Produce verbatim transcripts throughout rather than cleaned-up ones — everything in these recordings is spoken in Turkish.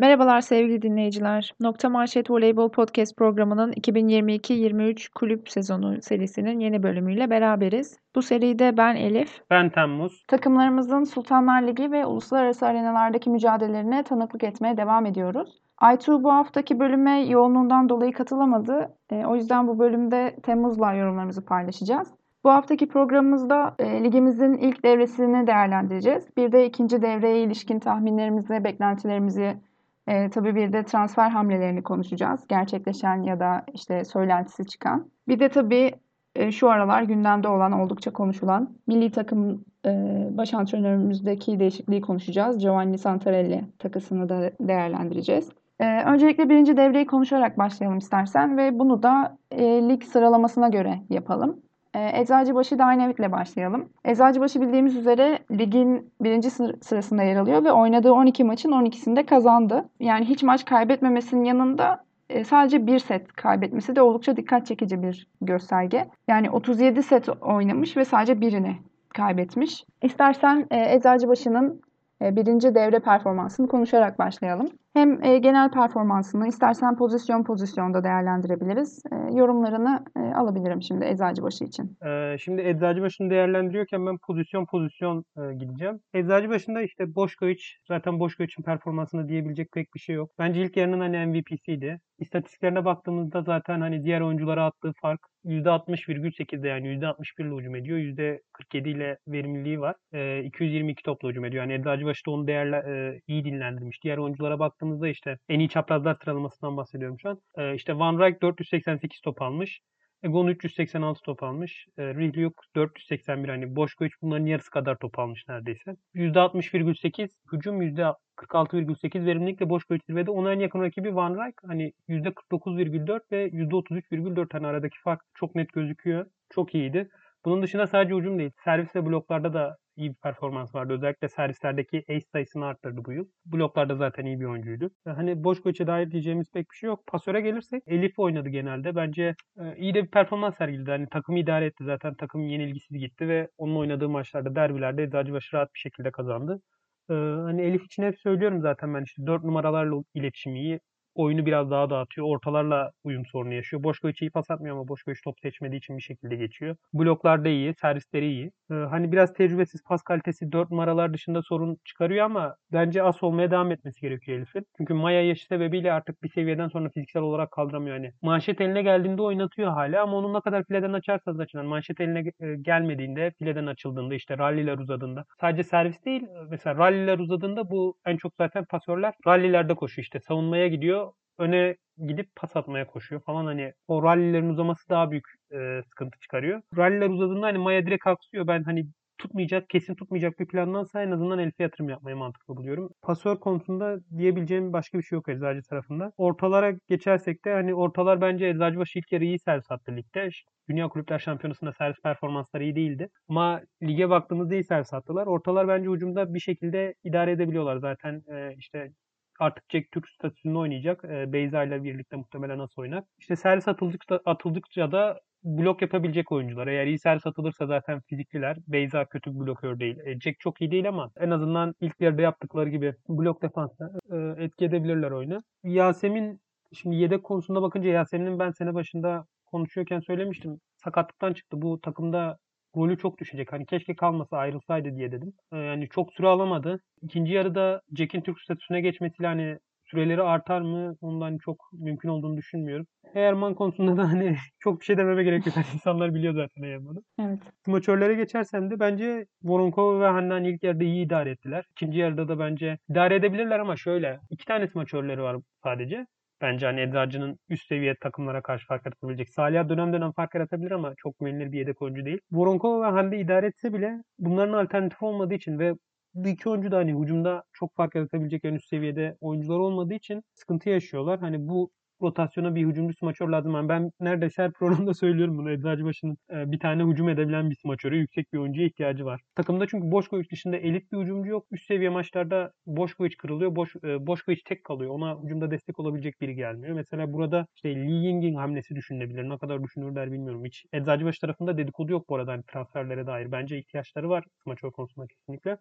Merhabalar sevgili dinleyiciler. Nokta Manşet Voleybol Podcast programının iki bin yirmi iki yirmi üç kulüp sezonu serisinin yeni bölümüyle beraberiz. Bu seride ben Elif, Ben Temmuz. takımlarımızın Sultanlar Ligi ve uluslararası arenalardaki mücadelelerine tanıklık etmeye devam ediyoruz. Aytuğ bu haftaki bölüme yoğunluğundan dolayı katılamadı. E, o yüzden bu bölümde Temmuz'la yorumlarımızı paylaşacağız. Bu haftaki programımızda e, ligimizin ilk devresini değerlendireceğiz. Bir de ikinci devreye ilişkin tahminlerimizi, beklentilerimizi, e, tabii bir de transfer hamlelerini konuşacağız. Gerçekleşen ya da işte söylentisi çıkan. Bir de tabii e, şu aralar gündemde olan, oldukça konuşulan milli takım e, baş antrenörümüzdeki değişikliği konuşacağız. Giovanni Santarelli takısını da değerlendireceğiz. E, öncelikle birinci devreyi konuşarak başlayalım istersen ve bunu da e, lig sıralamasına göre yapalım. E, Eczacıbaşı Dynamic'le başlayalım. Eczacıbaşı bildiğimiz üzere ligin birinci sırasında yer alıyor ve oynadığı on iki maçın on ikisinde kazandı. Yani hiç maç kaybetmemesinin yanında e, sadece bir set kaybetmesi de oldukça dikkat çekici bir gösterge. Yani otuz yedi set oynamış ve sadece birini kaybetmiş. İstersen e, Eczacıbaşı'nın e, birinci devre performansını konuşarak başlayalım. Hem e, genel performansını istersen pozisyon pozisyonda değerlendirebiliriz. E, yorumlarını e, alabilirim şimdi Eczacıbaşı için. Ee, şimdi Eczacıbaşı'nı değerlendiriyorken ben pozisyon pozisyon e, gideceğim. Eczacıbaşı'nda işte Boşkoviç, zaten Boşkoviç'in performansını diyebilecek pek bir şey yok. Bence ilk yarının hani M V P'siydi. İstatistiklerine baktığımızda zaten hani diğer oyunculara attığı fark yüzde altmış virgül sekizde, yani yüzde altmış bir ile hücum ediyor. yüzde kırk yedi ile verimliliği var. E, iki yüz yirmi iki topla hücum ediyor. Yani Eczacıbaşı da onu değerle, e, iyi dinlendirmiş. Diğer oyunculara baktığımızda işte en iyi çaprazlar sıralamasından bahsediyorum şu an. E, işte Van Rijk dört yüz seksen sekiz top almış. Egon üç yüz seksen altı top almış. E, Rihliuk dört yüz seksen bir, hani Boşkoviç bunların yarısı kadar top almış neredeyse. yüzde altmış virgül sekiz hücum, yüzde kırk altı virgül sekiz verimlilikle Boşkoviç zirvede. Ona en yakın rakibi Van Rijk. Hani yüzde kırk dokuz virgül dört ve yüzde otuz üç virgül dört, hani aradaki fark çok net gözüküyor. Çok iyiydi. Bunun dışında sadece hücum değil, servis ve bloklarda da iyi bir performans vardı. Özellikle servislerdeki ace sayısını arttırdı bu yıl. Bloklarda zaten iyi bir oyuncuydu. Hani Boşkoviç'e dair diyeceğimiz pek bir şey yok. Pasöre gelirsek Elif oynadı genelde. Bence e, iyi de bir performans sergiledi. Hani takımı idare etti. Zaten takım yenilgisiz gitti ve onun oynadığı maçlarda, derbilerde Eczacıbaşı rahat bir şekilde kazandı. Ee, hani Elif için hep söylüyorum zaten, ben işte dört numaralarla iletişimi iyi. Oyunu biraz daha dağıtıyor. Ortalarla uyum sorunu yaşıyor. Boşkoviç iyi pas atmıyor ama Boşkoviç top seçmediği için bir şekilde geçiyor. Bloklarda iyi, servisleri iyi. Ee, hani biraz tecrübesiz, pas kalitesi dört numaralar dışında sorun çıkarıyor ama bence as olmaya devam etmesi gerekiyor Elif'in. Çünkü Maya yaşı sebebiyle artık bir seviyeden sonra fiziksel olarak kaldıramıyor. Hani manşet eline geldiğinde oynatıyor hala ama onun ne kadar fileden açarsanız açın. Yani manşet eline e, gelmediğinde, fileden açıldığında, işte ralliler uzadığında, sadece servis değil, mesela ralliler uzadığında bu en çok zaten pasörler rallilerde koşuyor, işte savunmaya gidiyor, öne gidip pas atmaya koşuyor falan. Hani o rallilerin uzaması daha büyük e, sıkıntı çıkarıyor. Ralliler uzadığında hani Maya direkt aksıyor. Ben hani tutmayacak, kesin tutmayacak bir plandansa en azından Elif'e yatırım yapmayı mantıklı buluyorum. Pasör konusunda diyebileceğim başka bir şey yok Eczacı tarafında. Ortalara geçersek de hani ortalar bence Eczacıbaşı ilk yarı iyi servis attı ligde. Dünya Kulüpler Şampiyonası'nda servis performansları iyi değildi. Ama lige baktığımızda iyi servis attılar. Ortalar bence hücumda bir şekilde idare edebiliyorlar. Zaten e, işte artık Jack Türk statüsünde oynayacak. E, Beyza ile birlikte muhtemelen nasıl oynar. İşte servis atıldıkça, atıldıkça da blok yapabilecek oyuncular. Eğer iyi servis atılırsa zaten fizikliler. Beyza kötü bir blokör değil. E, Jack çok iyi değil ama en azından ilk yarıda yaptıkları gibi blok defansta e, etki edebilirler oyunu. Yasemin, şimdi yedek konusunda bakınca Yasemin'in ben sene başında konuşuyorken söylemiştim. Sakatlıktan çıktı. Bu takımda rolü çok düşecek. Hani keşke kalmasa, ayrılsaydı diye dedim. Ee, yani çok süre alamadı. İkinci yarıda Jack'in Türk statüsüne geçmesiyle hani süreleri artar mı? Ondan çok mümkün olduğunu düşünmüyorum. Eğerman konusunda da hani çok bir şey dememe gerek yok. Hani insanlar biliyor zaten Eğerman'ı. Evet. Smaçörlere geçersem de bence Voronkova ve Handan ilk yarıda iyi idare ettiler. İkinci yarıda da bence idare edebilirler ama şöyle, iki tane smaçörleri var sadece. Bence hani Eczacı'nın üst seviye takımlara karşı fark yaratabilecek. Salih dönem dönem fark yaratabilir ama çok güvenilir bir yedek oyuncu değil. Voronkova ve Hande idare etse bile bunların alternatifi olmadığı için ve bu iki oyuncu da hani hücumda çok fark yaratabilecek en üst seviyede oyuncular olmadığı için sıkıntı yaşıyorlar. Hani bu rotasyona bir hücumcu smaçör lazım. Yani ben neredeyse her programda söylüyorum bunu. Eczacıbaşı'nın e, bir tane hücum edebilen bir smaçöre, yüksek bir oyuncuya ihtiyacı var. Takımda çünkü Boşkoviç dışında elit bir hücumcu yok. Üst seviye maçlarda Boşkoviç kırılıyor. Boş, e, Boşkoviç tek kalıyor. Ona hücumda destek olabilecek biri gelmiyor. Mesela burada işte Lee Ying'in hamlesi düşünülebilir. Ne kadar düşünürler bilmiyorum. Hiç Eczacıbaşı tarafında dedikodu yok bu arada hani transferlere dair. Bence ihtiyaçları var smaçör konusunda kesinlikle.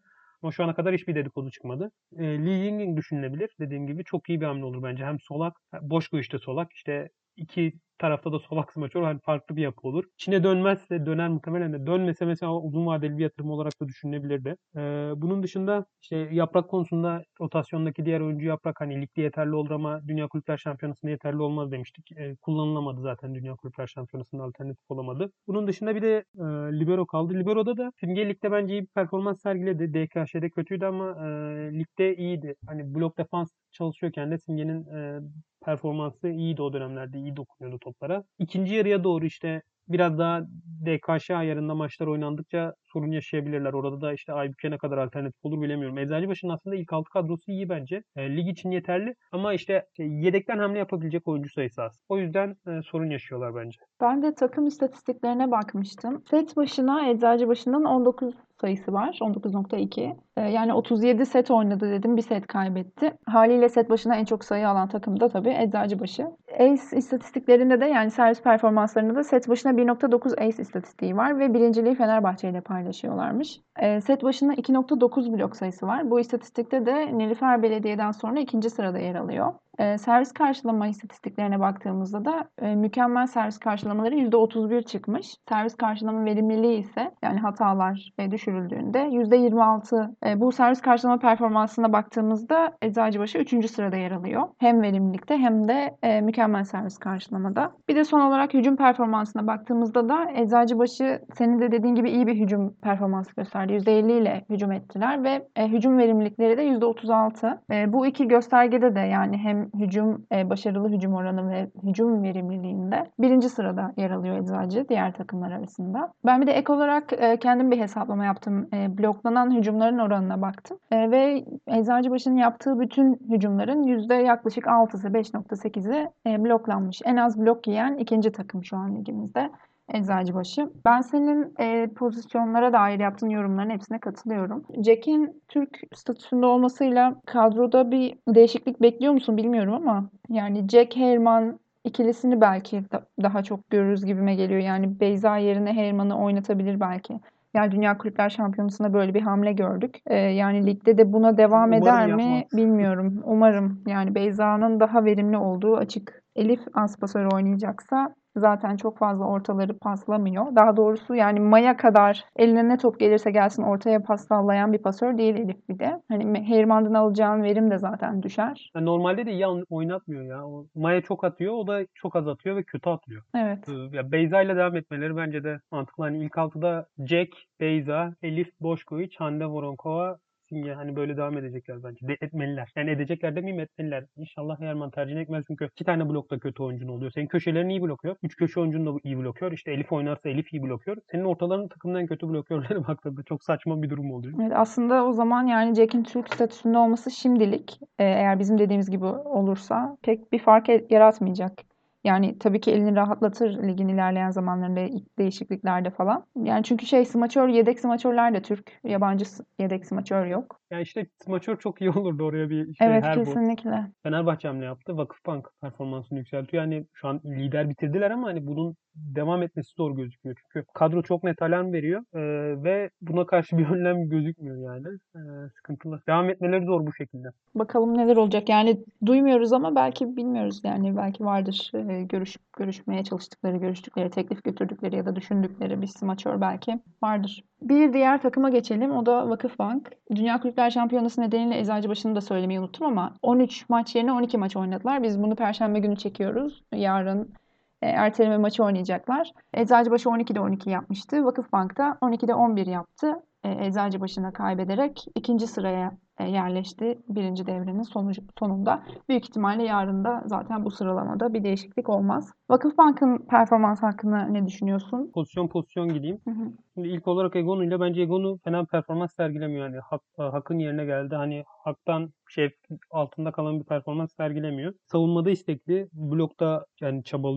Ama şu ana kadar hiçbir dedikodu çıkmadı. E, Lee Ying düşünülebilir. Dediğim gibi çok iyi bir hamle olur bence. Hem solak, Boşko işte solak. İşte iki tarafta da solak smaçör. Hani farklı bir yapı olur. Çin'e dönmezse, döner muhtemelen de. Dönmese mesela uzun vadeli bir yatırım olarak da düşünülebilirdi. E, bunun dışında işte yaprak konusunda rotasyondaki diğer oyuncu yaprak hani ligde yeterli olur ama Dünya Kulüpler Şampiyonası'nda yeterli olmaz demiştik. E, kullanılamadı zaten Dünya Kulüpler Şampiyonası'nda alternatif olamadı. Bunun dışında bir de e, libero kaldı. Libero'da da Simge Lig'de bence iyi bir performans sergiledi. D K Ş'de kötüydü ama e, ligde iyiydi. Hani blok defans çalışıyorken de Simge'nin e, performansı iyiydi o dönemlerde. İyi dokunuyordu toplara. İkinci yarıya doğru işte biraz daha D K Ş ayarında maçlar oynandıkça sorun yaşayabilirler. Orada da işte Aybüke ne kadar alternatif olur bilemiyorum. Eczacıbaşı'nın aslında ilk altı kadrosu iyi bence. E, lig için yeterli ama işte e, yedekten hamle yapabilecek oyuncu sayısı az. O yüzden e, sorun yaşıyorlar bence. Ben de takım istatistiklerine bakmıştım. Set başına Eczacıbaşı'nın on dokuz sayısı var. on dokuz nokta iki. Ee, yani otuz yedi set oynadı dedim. Bir set kaybetti. Haliyle set başına en çok sayı alan takım da tabii Eczacıbaşı. Ace istatistiklerinde de yani servis performanslarında da set başına bir nokta dokuz ace istatistiği var ve birinciliği Fenerbahçe ile paylaşıyorlarmış. Ee, set başına iki nokta dokuz blok sayısı var. Bu istatistikte de Nilüfer Belediye'den sonra ikinci sırada yer alıyor. E, servis karşılama istatistiklerine baktığımızda da e, mükemmel servis karşılamaları yüzde otuz bir çıkmış. Servis karşılama verimliliği ise yani hatalar e, düşürüldüğünde yüzde yirmi altı. E, bu servis karşılama performansına baktığımızda Eczacıbaşı üçüncü sırada yer alıyor. Hem verimlilikte hem de e, mükemmel servis karşılamada. Bir de son olarak hücum performansına baktığımızda da Eczacıbaşı senin de dediğin gibi iyi bir hücum performansı gösterdi. yüzde elli ile hücum ettiler ve e, hücum verimlilikleri de yüzde otuz altı. E, bu iki göstergede de yani hem hücum e, başarılı hücum oranı ve hücum verimliliğinde birinci sırada yer alıyor Eczacı diğer takımlar arasında. Ben bir de ek olarak e, kendim bir hesaplama yaptım. E, bloklanan hücumların oranına baktım. E, ve Eczacıbaşı'nın yaptığı bütün hücumların yüzde yaklaşık altısı beş nokta sekizi e, bloklanmış. En az blok yiyen ikinci takım şu an ligimizde. Eczacıbaşı. Ben senin e, pozisyonlara dair yaptığın yorumların hepsine katılıyorum. Jack'in Türk statüsünde olmasıyla kadroda bir değişiklik bekliyor musun bilmiyorum ama yani Jack Herman ikilisini belki da- daha çok görürüz gibime geliyor. Yani Beyza yerine Herman'ı oynatabilir belki. Yani Dünya Kulüpler Şampiyonası'nda böyle bir hamle gördük. Ee, yani ligde de buna Yani devam umarım eder yapmaz. mi bilmiyorum. Umarım yani Beyza'nın daha verimli olduğu açık. Elif az pasör oynayacaksa zaten çok fazla ortaları paslamıyor. Daha doğrusu yani Maya kadar eline ne top gelirse gelsin ortaya pas sallayan bir pasör değil Elif bir de. Hani Herman'dan alacağın verim de zaten düşer. Yani normalde de iyi oyn- oynatmıyor ya. O, Maya çok atıyor, o da çok az atıyor ve kötü atıyor. Evet. Ee, Ya Beyza ile devam etmeleri bence de mantıklı. Hani ilk altıda Jack, Beyza, Elif, Boşkoviç, Hande Voronkova, Simge hani böyle devam edecekler bence. De etmeliler. Yani edecekler demeyeyim etmeliler. İnşallah Herman tercih etmez çünkü iki tane blokta kötü oyuncun oluyor. Senin köşelerini iyi blokluyor. Üç köşe oyuncun da iyi blokluyor. İşte Elif oynarsa Elif iyi blokluyor. Senin ortaların takımın en kötü blokörleri baktığında çok saçma bir durum oluyor. Evet, aslında o zaman yani Jack'in Türk statüsünde olması şimdilik e, eğer bizim dediğimiz gibi olursa pek bir fark e- yaratmayacak. Yani tabii ki elini rahatlatır ligin ilerleyen zamanlarında ilk değişikliklerde falan. Yani çünkü şey smaçör, yedek smaçörler de Türk. Yabancı s- yedek smaçör yok. Yani işte smaçör çok iyi olurdu oraya bir işte Evet Herboz. kesinlikle. Fenerbahçe hamle yaptı. Vakıfbank performansını yükseltiyor. Yani şu an lider bitirdiler ama hani bunun devam etmesi zor gözüküyor. Çünkü kadro çok net alarm veriyor ee, ve buna karşı bir önlem gözükmüyor yani. Ee, sıkıntılı. Devam etmeleri zor bu şekilde. Bakalım neler olacak. Yani duymuyoruz ama belki bilmiyoruz. Yani belki vardır e, görüş, görüşmeye çalıştıkları, görüştükleri, teklif götürdükleri ya da düşündükleri bir smaçör belki vardır. Bir diğer takıma geçelim. O da Vakıfbank. Dünya Kulüpler Şampiyonası nedeniyle Eczacıbaşı'nı da söylemeyi unuttum ama on üç maç yerine on iki maç oynadılar. Biz bunu Perşembe günü çekiyoruz. Yarın e, erteleme maçı oynayacaklar. Eczacıbaşı on ikide on iki yapmıştı. Vakıfbank da on ikide on bir yaptı. E, Eczacıbaşı'na kaybederek ikinci sıraya e, yerleşti birinci devrenin sonucu, sonunda. Büyük ihtimalle yarın da zaten bu sıralamada bir değişiklik olmaz. Vakıfbank'ın performans hakkında ne düşünüyorsun? Pozisyon pozisyon gideyim. Hı hı. Şimdi ilk olarak Egonu ile bence Egonu fena bir performans sergilemiyor. Yani Hak, Hak'ın yerine geldi. Hani Hak'tan şey altında kalan bir performans sergilemiyor. Savunmada istekli. Blokta yani çabalıyor.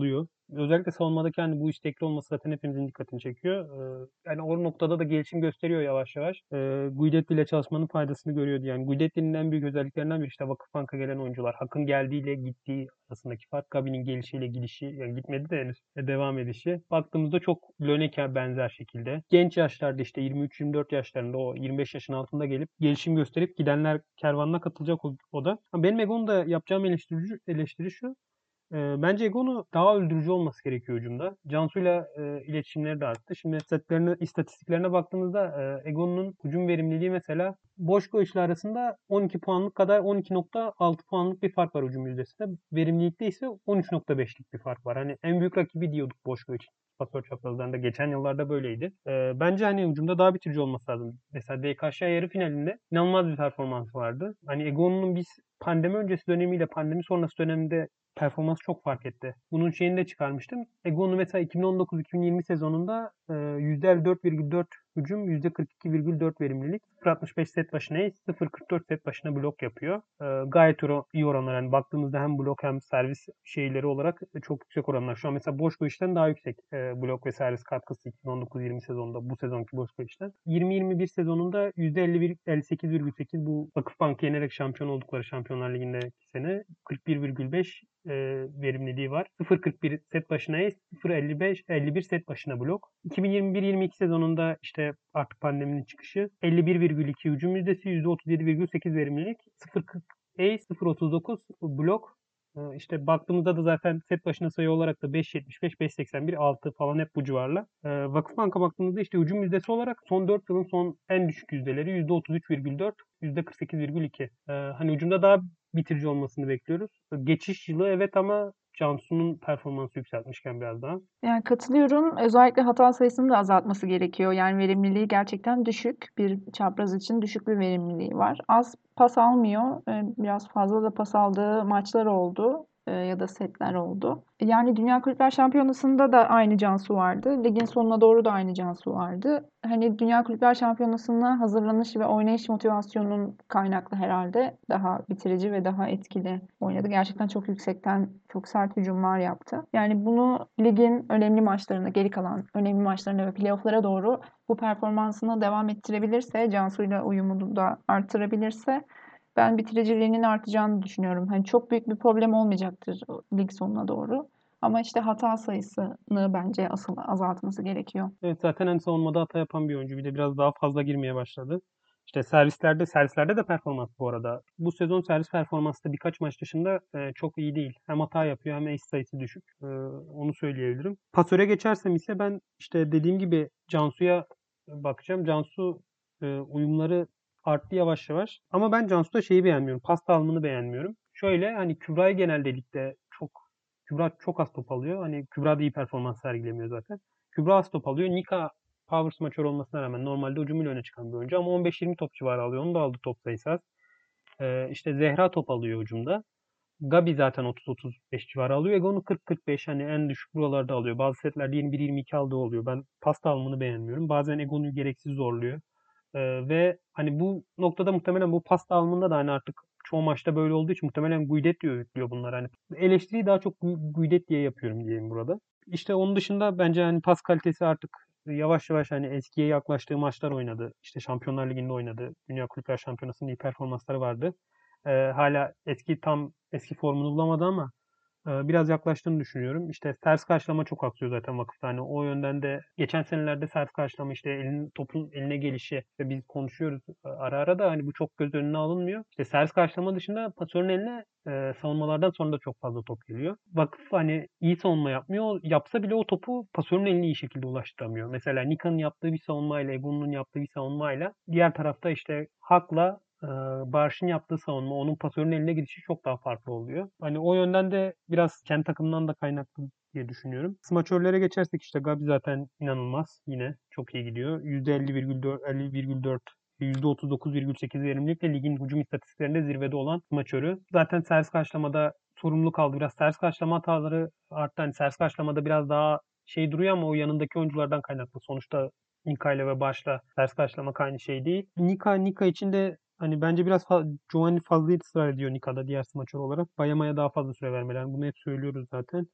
Özellikle savunmadaki hani bu istekli olması zaten hepimizin dikkatini çekiyor. Ee, yani o noktada da gelişim gösteriyor yavaş yavaş. Ee, Guidetti ile çalışmanın faydasını görüyordu. Yani Guidetti'nin en büyük özelliklerinden biri işte Vakıfbank'a gelen oyuncular. Hakk'ın geldiğiyle gittiği arasındaki fark. Gabi'nin gelişiyle gidişi, yani gitmedi de henüz e, devam edişi. Baktığımızda çok Löneker benzer şekilde. Genç yaşlarda işte yirmi üç yirmi dört yaşlarında o yirmi beş yaşın altında gelip gelişim gösterip gidenler kervanına katılacak o, o da. Benim Egon'da yapacağım eleştiri, eleştiri şu. Eee, bence Egon'u daha öldürücü olması gerekiyor hücumda. Cansu'yla eee, iletişimleri de arttı. Şimdi istatistiklerine, istatistiklerine baktığımızda eee, Egon'un hücum verimliliği mesela Boşko ile arasında on iki puanlık kadar on iki nokta altı puanlık bir fark var hücum yüzdesinde. Verimlilikte ise on üç nokta beşlik bir fark var. Hani en büyük rakibi diyorduk Boşko için. Pasör çaprazlarında geçen yıllarda böyleydi. Eee, bence hani hücumda daha bitirici olması lazım. Mesela D K Ş yarı finalinde inanılmaz bir performans vardı. Hani Egon'un biz pandemi öncesi dönemiyle pandemi sonrası döneminde performans çok fark etti. Bunun şeyini de çıkarmıştım. Egon'u mesela iki bin on dokuz iki bin yirmi sezonunda e, yüzde elli dört virgül dört hücum, yüzde kırk iki virgül dört verimlilik, sıfır virgül altmış beş set başına ace, sıfır virgül kırk dört set başına blok yapıyor. E, gayet iyi oranlar. Yani baktığımızda hem blok hem servis şeyleri olarak çok yüksek oranlar. Şu an mesela Boşko işten daha yüksek e, blok ve servis katkısı iki bin on dokuz yirmi sezonunda bu sezonki Boşko işten. yirmi yirmi bir sezonunda yüzde elli sekiz virgül sekiz bu Vakıfbank'ı yenerek şampiyon oldukları Şampiyonlar Ligi'ndeki sene kırk bir virgül beş e, verimliliği var. sıfır virgül kırk bir set başına ace, sıfır virgül elli beş elli bir set başına blok. iki bin yirmi bir yirmi iki sezonunda işte artık pandeminin çıkışı elli bir virgül iki hücum yüzdesi, yüzde otuz yedi virgül sekiz verimlilik, sıfır virgül kırk ace, sıfır virgül otuz dokuz blok. E, İşte baktığımızda da zaten set başına sayı olarak da beş virgül yetmiş beş, beş virgül seksen bir, altı falan hep bu civarla. E, Vakıfbank'a baktığımızda işte hücum yüzdesi olarak son dört yılın son en düşük yüzdeleri yüzde otuz üç virgül dört, yüzde kırk sekiz virgül iki. E, hani hücumda daha bitirici olmasını bekliyoruz. Geçiş yılı evet ama Cansu'nun performansı yükseltmişken biraz daha. Yani katılıyorum. Özellikle hata sayısını da azaltması gerekiyor. Yani verimliliği gerçekten düşük. Bir çapraz için düşük bir verimliliği var. Az pas almıyor. Ee, Biraz fazla da pas aldığı maçlar oldu e, ya da setler oldu. Yani Dünya Kulüpler Şampiyonası'nda da aynı Cansu vardı. Ligin sonuna doğru da aynı Cansu vardı. Hani Dünya Kulüpler Şampiyonası'na hazırlanış ve oynayış motivasyonunun kaynaklı herhalde daha bitirici ve daha etkili oynadı. Gerçekten çok yüksekten çok sert hücumlar yaptı. Yani bunu ligin önemli maçlarına, geri kalan önemli maçlarına ve playoff'lara doğru bu performansını devam ettirebilirse, Cansu'yla uyumunu da artırabilirse ben bitiriciliğinin artacağını düşünüyorum. Hani çok büyük bir problem olmayacaktır lig sonuna doğru. Ama işte hata sayısını bence asıl azaltması gerekiyor. Evet zaten hani savunmada hata yapan bir oyuncu. Bir de biraz daha fazla girmeye başladı. İşte servislerde, servislerde de performans bu arada. Bu sezon servis performansı da birkaç maç dışında e, çok iyi değil. Hem hata yapıyor hem ace sayısı düşük. E, onu söyleyebilirim. Pasöre geçersem ise ben işte dediğim gibi Cansu'ya bakacağım. Cansu e, uyumları arttı yavaş yavaş. Ama ben Cansu'da şeyi beğenmiyorum. Pas dağılımını beğenmiyorum. Şöyle hani Kübra'yı genelde ligde çok Kübra çok az top alıyor. Hani Kübra da iyi performans sergilemiyor zaten. Kübra az top alıyor. Nika power smaçör olmasına rağmen normalde hücumuyla öne çıkan bir oyuncu ama on beş yirmi top civarı alıyor. Onu da aldı top sayısı az. Ee, işte Zehra top alıyor hücumda. Gabi zaten otuz otuz beş civarı alıyor. Egon'u kırk kırk beş hani en düşük buralarda alıyor. Bazı setlerde yirmi bir yirmi iki aldığı oluyor. Ben pas dağılımını beğenmiyorum. Bazen Egon'u gereksiz zorluyor. Ee, ve hani bu noktada muhtemelen bu pas dağılımında da hani artık çoğu maçta böyle olduğu için muhtemelen Guidetti öğütlüyor bunlar. Hani eleştiriyi daha çok Gu- Guidetti'ye yapıyorum diyeyim burada. İşte onun dışında bence hani pas kalitesi artık yavaş yavaş hani eskiye yaklaştığı maçlar oynadı. İşte Şampiyonlar Ligi'nde oynadı. Dünya Kulüpler Şampiyonası'nda iyi performansları vardı. Ee, hala eski tam eski formunu bulamadı ama e, biraz yaklaştığını düşünüyorum. İşte ters karşılama çok aksıyor zaten vakıfta. Hani o yönden de geçen senelerde ters karşılama işte elin, topun eline gelişi ve biz konuşuyoruz e, ara ara da hani bu çok göz önüne alınmıyor. İşte ters karşılama dışında pasörün eline e, savunmalardan sonra da çok fazla top geliyor. Vakıf hani iyi savunma yapmıyor. Yapsa bile o topu pasörün eline iyi şekilde ulaştıramıyor. Mesela Nika'nın yaptığı bir savunmayla, Egon'un yaptığı bir savunmayla diğer tarafta işte Hak'la e, Barış'ın yaptığı savunma, onun pasörün eline gidişi çok daha farklı oluyor. Hani o yönden de biraz kendi takımından da kaynaklı diye düşünüyorum. Smaçörlere geçersek işte Gabi zaten inanılmaz. Yine çok iyi gidiyor. yüzde elli virgül dört, elli virgül dört yüzde otuz dokuz virgül sekiz verimlilikle ligin hücum istatistiklerinde zirvede olan smaçörü. Zaten servis karşılamada sorumlu kaldı. Biraz servis karşılama hataları arttı. Hani servis karşılamada biraz daha şey duruyor ama o yanındaki oyunculardan kaynaklı. Sonuçta Nika ile ve Baş'la ters karşılamak aynı şey değil. Nika, Nika için de hani bence biraz fa- Giovanni fazla ısrar ediyor Nika'da diğer smaçör olarak. Bayama'ya daha fazla süre vermeler. Bunu hep söylüyoruz zaten.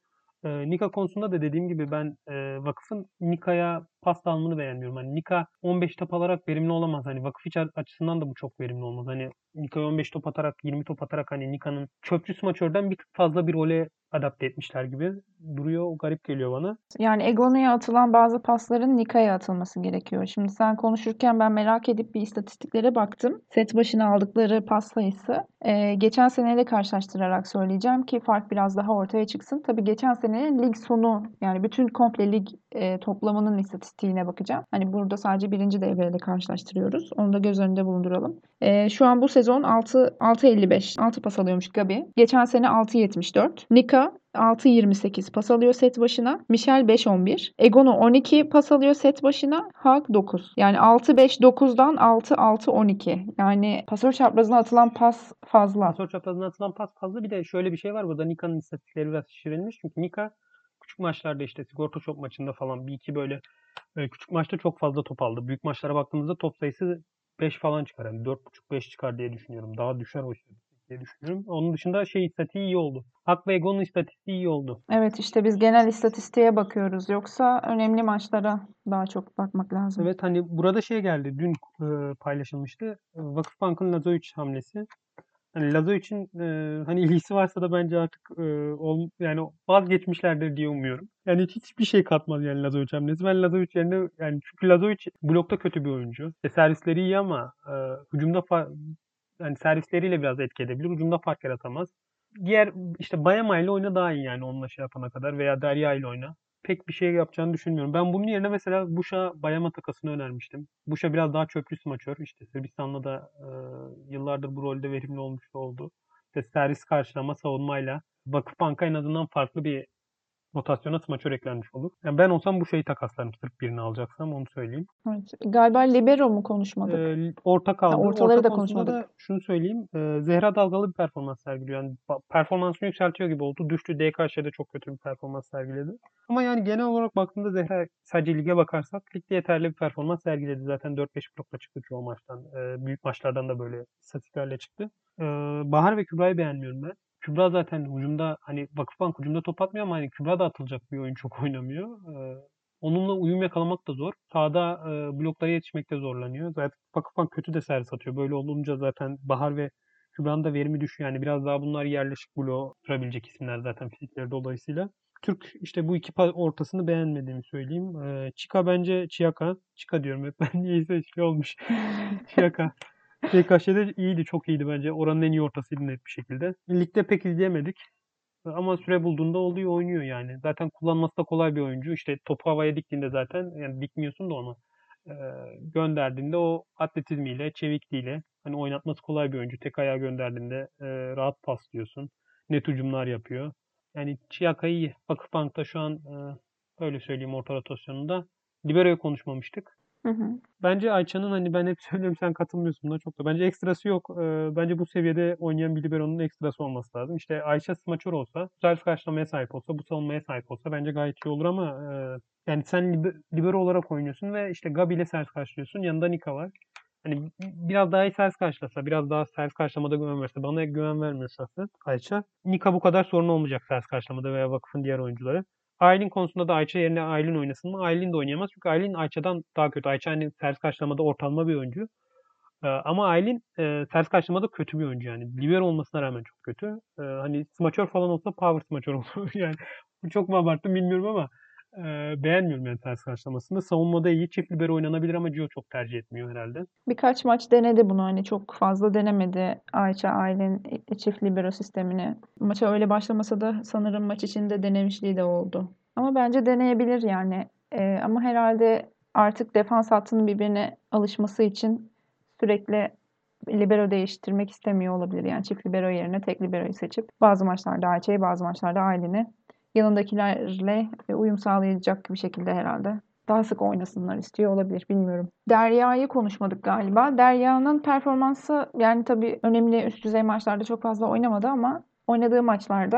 Ee, Nika konusunda da dediğim gibi ben e, vakıfın Nika'ya pas alımını beğenmiyorum. Hani Nika on beş top alarak verimli olamaz. Hani vakıf içi açısından da bu çok verimli olmaz. Hani Nika'ya on beş top atarak, yirmi top atarak hani Nika'nın çöpçü smaçörden bir tık fazla bir role adapte etmişler gibi duruyor. O garip geliyor bana. Yani Egonu'ya atılan bazı pasların Nika'ya atılması gerekiyor. Şimdi sen konuşurken ben merak edip bir istatistiklere baktım. Set başına aldıkları pas sayısı. Ee, geçen seneyle karşılaştırarak söyleyeceğim ki fark biraz daha ortaya çıksın. Tabii geçen senenin lig sonu yani bütün komple lig e, toplamının istatistiğine bakacağım. Hani burada sadece birinci devreyle karşılaştırıyoruz. Onu da göz önünde bulunduralım. Ee, şu an bu sezon altı altı elli beş altı pas alıyormuş Gabi. Geçen sene altı yetmiş dört. Nika altı yirmi sekiz pas alıyor set başına. Michel beş on bir. Egonu on iki pas alıyor set başına. Hulk dokuz. Yani altı beş dokuzdan altı altı on iki. Yani pasör çaprazına atılan pas fazla. Pasör çaprazına atılan pas fazla. Bir de şöyle bir şey var. Burada Nika'nın istatistikleri biraz şişirilmiş. Çünkü Nika küçük maçlarda işte Sigorta Shop maçında falan bir iki böyle e, küçük maçta çok fazla top aldı. Büyük maçlara baktığımızda top sayısı beş falan çıkar. Yani dört buçuk beş çıkar diye düşünüyorum. Daha düşer o istatistik diye düşünüyorum. Onun dışında şey istatistiği iyi oldu. Hak ve Egon'un istatistiği iyi oldu. Evet işte biz genel istatistiğe bakıyoruz. Yoksa önemli maçlara daha çok bakmak lazım. Evet hani burada şey geldi. Dün e, paylaşılmıştı. E, Vakıfbank'ın Lazovic hamlesi. Hani Lazo için e, hani ilgisi varsa da bence artık e, ol, yani vazgeçmişlerdir diye umuyorum. Yani hiç- hiçbir şey katmaz yani Lazovic hamlesi. Ben Lazovic yerine yani çünkü Lazovic blokta kötü bir oyuncu. E, servisleri iyi ama e, hücumda fa- yani servisleriyle biraz etki edebilir. Hücumda fark yaratamaz. Diğer işte Bayama ile oyna daha iyi yani onunla şey yapana kadar veya Derya ile oyna. Pek bir şey yapacağını düşünmüyorum. Ben bunun yerine mesela Buş'a Bayama takasını önermiştim. Buş'a biraz daha çöplü smaçör. İşte Sırbistan'la da e, yıllardır bu rolde verimli olmuş oldu. İşte servis karşılama savunmayla Vakıfbank'a en azından farklı bir rotasyona smaçör eklenmiş olur. Yani ben olsam bu şeyi takaslarım sırf birini alacaksam onu söyleyeyim. Evet. Galiba libero mu konuşmadık? Ee, orta Ha, kaldı. Orta ortaları da konusunda da konuşmadık. şunu söyleyeyim. Ee, Zehra dalgalı bir performans sergiliyor. Yani ba- performansını yükseltiyor gibi oldu. Düştü. D K Ş'de çok kötü bir performans sergiledi. Ama yani genel olarak baktığında Zehra sadece lige bakarsak ligde yeterli bir performans sergiledi. Zaten dört beş blokla çıktı çoğu maçtan. Ee, büyük maçlardan da böyle istatistiklerle çıktı. Ee, Bahar ve Kübra'yı beğenmiyorum ben. Kübra zaten hücumda hani Vakıfbank hücumda top atmıyor ama hani Kübra da atılacak bir oyun çok oynamıyor. Ee, Onunla uyum yakalamak da zor. Sahada e, bloklara yetişmekte zorlanıyor. Zaten Vakıfbank kötü de servis atıyor. Böyle olunca zaten Bahar ve Kübra'nın da verimi düşüyor. Yani biraz daha bunlar yerleşik bloğu tutabilecek isimler zaten fizikleri dolayısıyla. Türk işte bu iki pa- ortasını beğenmediğimi söyleyeyim. Ee, Chica bence Chiaka. Chica diyorum hep. Ben niyeyse şey olmuş. Chiaka. T K Ş'de iyiydi. Çok iyiydi bence. Oranın en iyi ortasıydı net bir şekilde. Ligde pek izleyemedik. Ama süre bulduğunda oluyor, oynuyor yani. Zaten kullanması da kolay bir oyuncu. İşte topu havaya diktiğinde zaten yani dikmiyorsun da onu e, gönderdiğinde o atletizmiyle, çevikliğiyle hani oynatması kolay bir oyuncu. Tek ayağa gönderdiğinde e, rahat paslıyorsun. Net hücumlar yapıyor. Yani Çiyaka iyi. Vakıfbank'ta şu an e, öyle söyleyeyim orta rotasyonunda. Libero'yu konuşmamıştık. Hı hı. Bence Ayça'nın hani ben hep söylüyorum sen katılmıyorsun buna çok da. Bence ekstrası yok. Ee, bence bu seviyede oynayan bir libero'nun ekstrası olması lazım. İşte Ayça smaçör olsa, servis karşılamaya sahip olsa, bu savunmaya sahip olsa bence gayet iyi olur ama e, yani sen libe- libero olarak oynuyorsun ve işte Gabi ile servis karşılıyorsun. Yanında Nika var. Hani biraz daha iyi servis karşılasa, biraz daha servis karşılamada güven verse, bana güven vermiyor şahsen Ayça. Nika bu kadar sorun olmayacak servis karşılamada veya vakıfın diğer oyuncuları. Aylin konusunda da Ayça yerine Aylin oynasın mı? Aylin de oynayamaz. Çünkü Aylin Ayça'dan daha kötü. Ayça hani ters karşılamada ortalama bir oyuncu. Ee, ama Aylin e, ters karşılamada kötü bir oyuncu yani. Libero olmasına rağmen çok kötü. Ee, hani smaçör falan olsa power smaçör olur. Yani bu çok mu abarttım bilmiyorum ama e, beğenmiyorum yani ters karşılamasını. Savunmada iyi. Çift libero oynanabilir ama Gio çok tercih etmiyor herhalde. Birkaç maç denedi bunu hani çok fazla denemedi Ayça Aylin çift libero sistemini. Maça öyle başlamasa da sanırım maç içinde denemişliği de oldu. Ama bence deneyebilir yani. Ee, ama herhalde artık defans hattının birbirine alışması için sürekli libero değiştirmek istemiyor olabilir. Yani çift libero yerine tek liberoyu seçip bazı maçlarda Ayça'yı bazı maçlarda Aylin'i yanındakilerle uyum sağlayacak bir şekilde herhalde daha sık oynasınlar istiyor olabilir. Bilmiyorum. Derya'yı konuşmadık galiba. Derya'nın performansı yani tabii önemli üst düzey maçlarda çok fazla oynamadı ama oynadığı maçlarda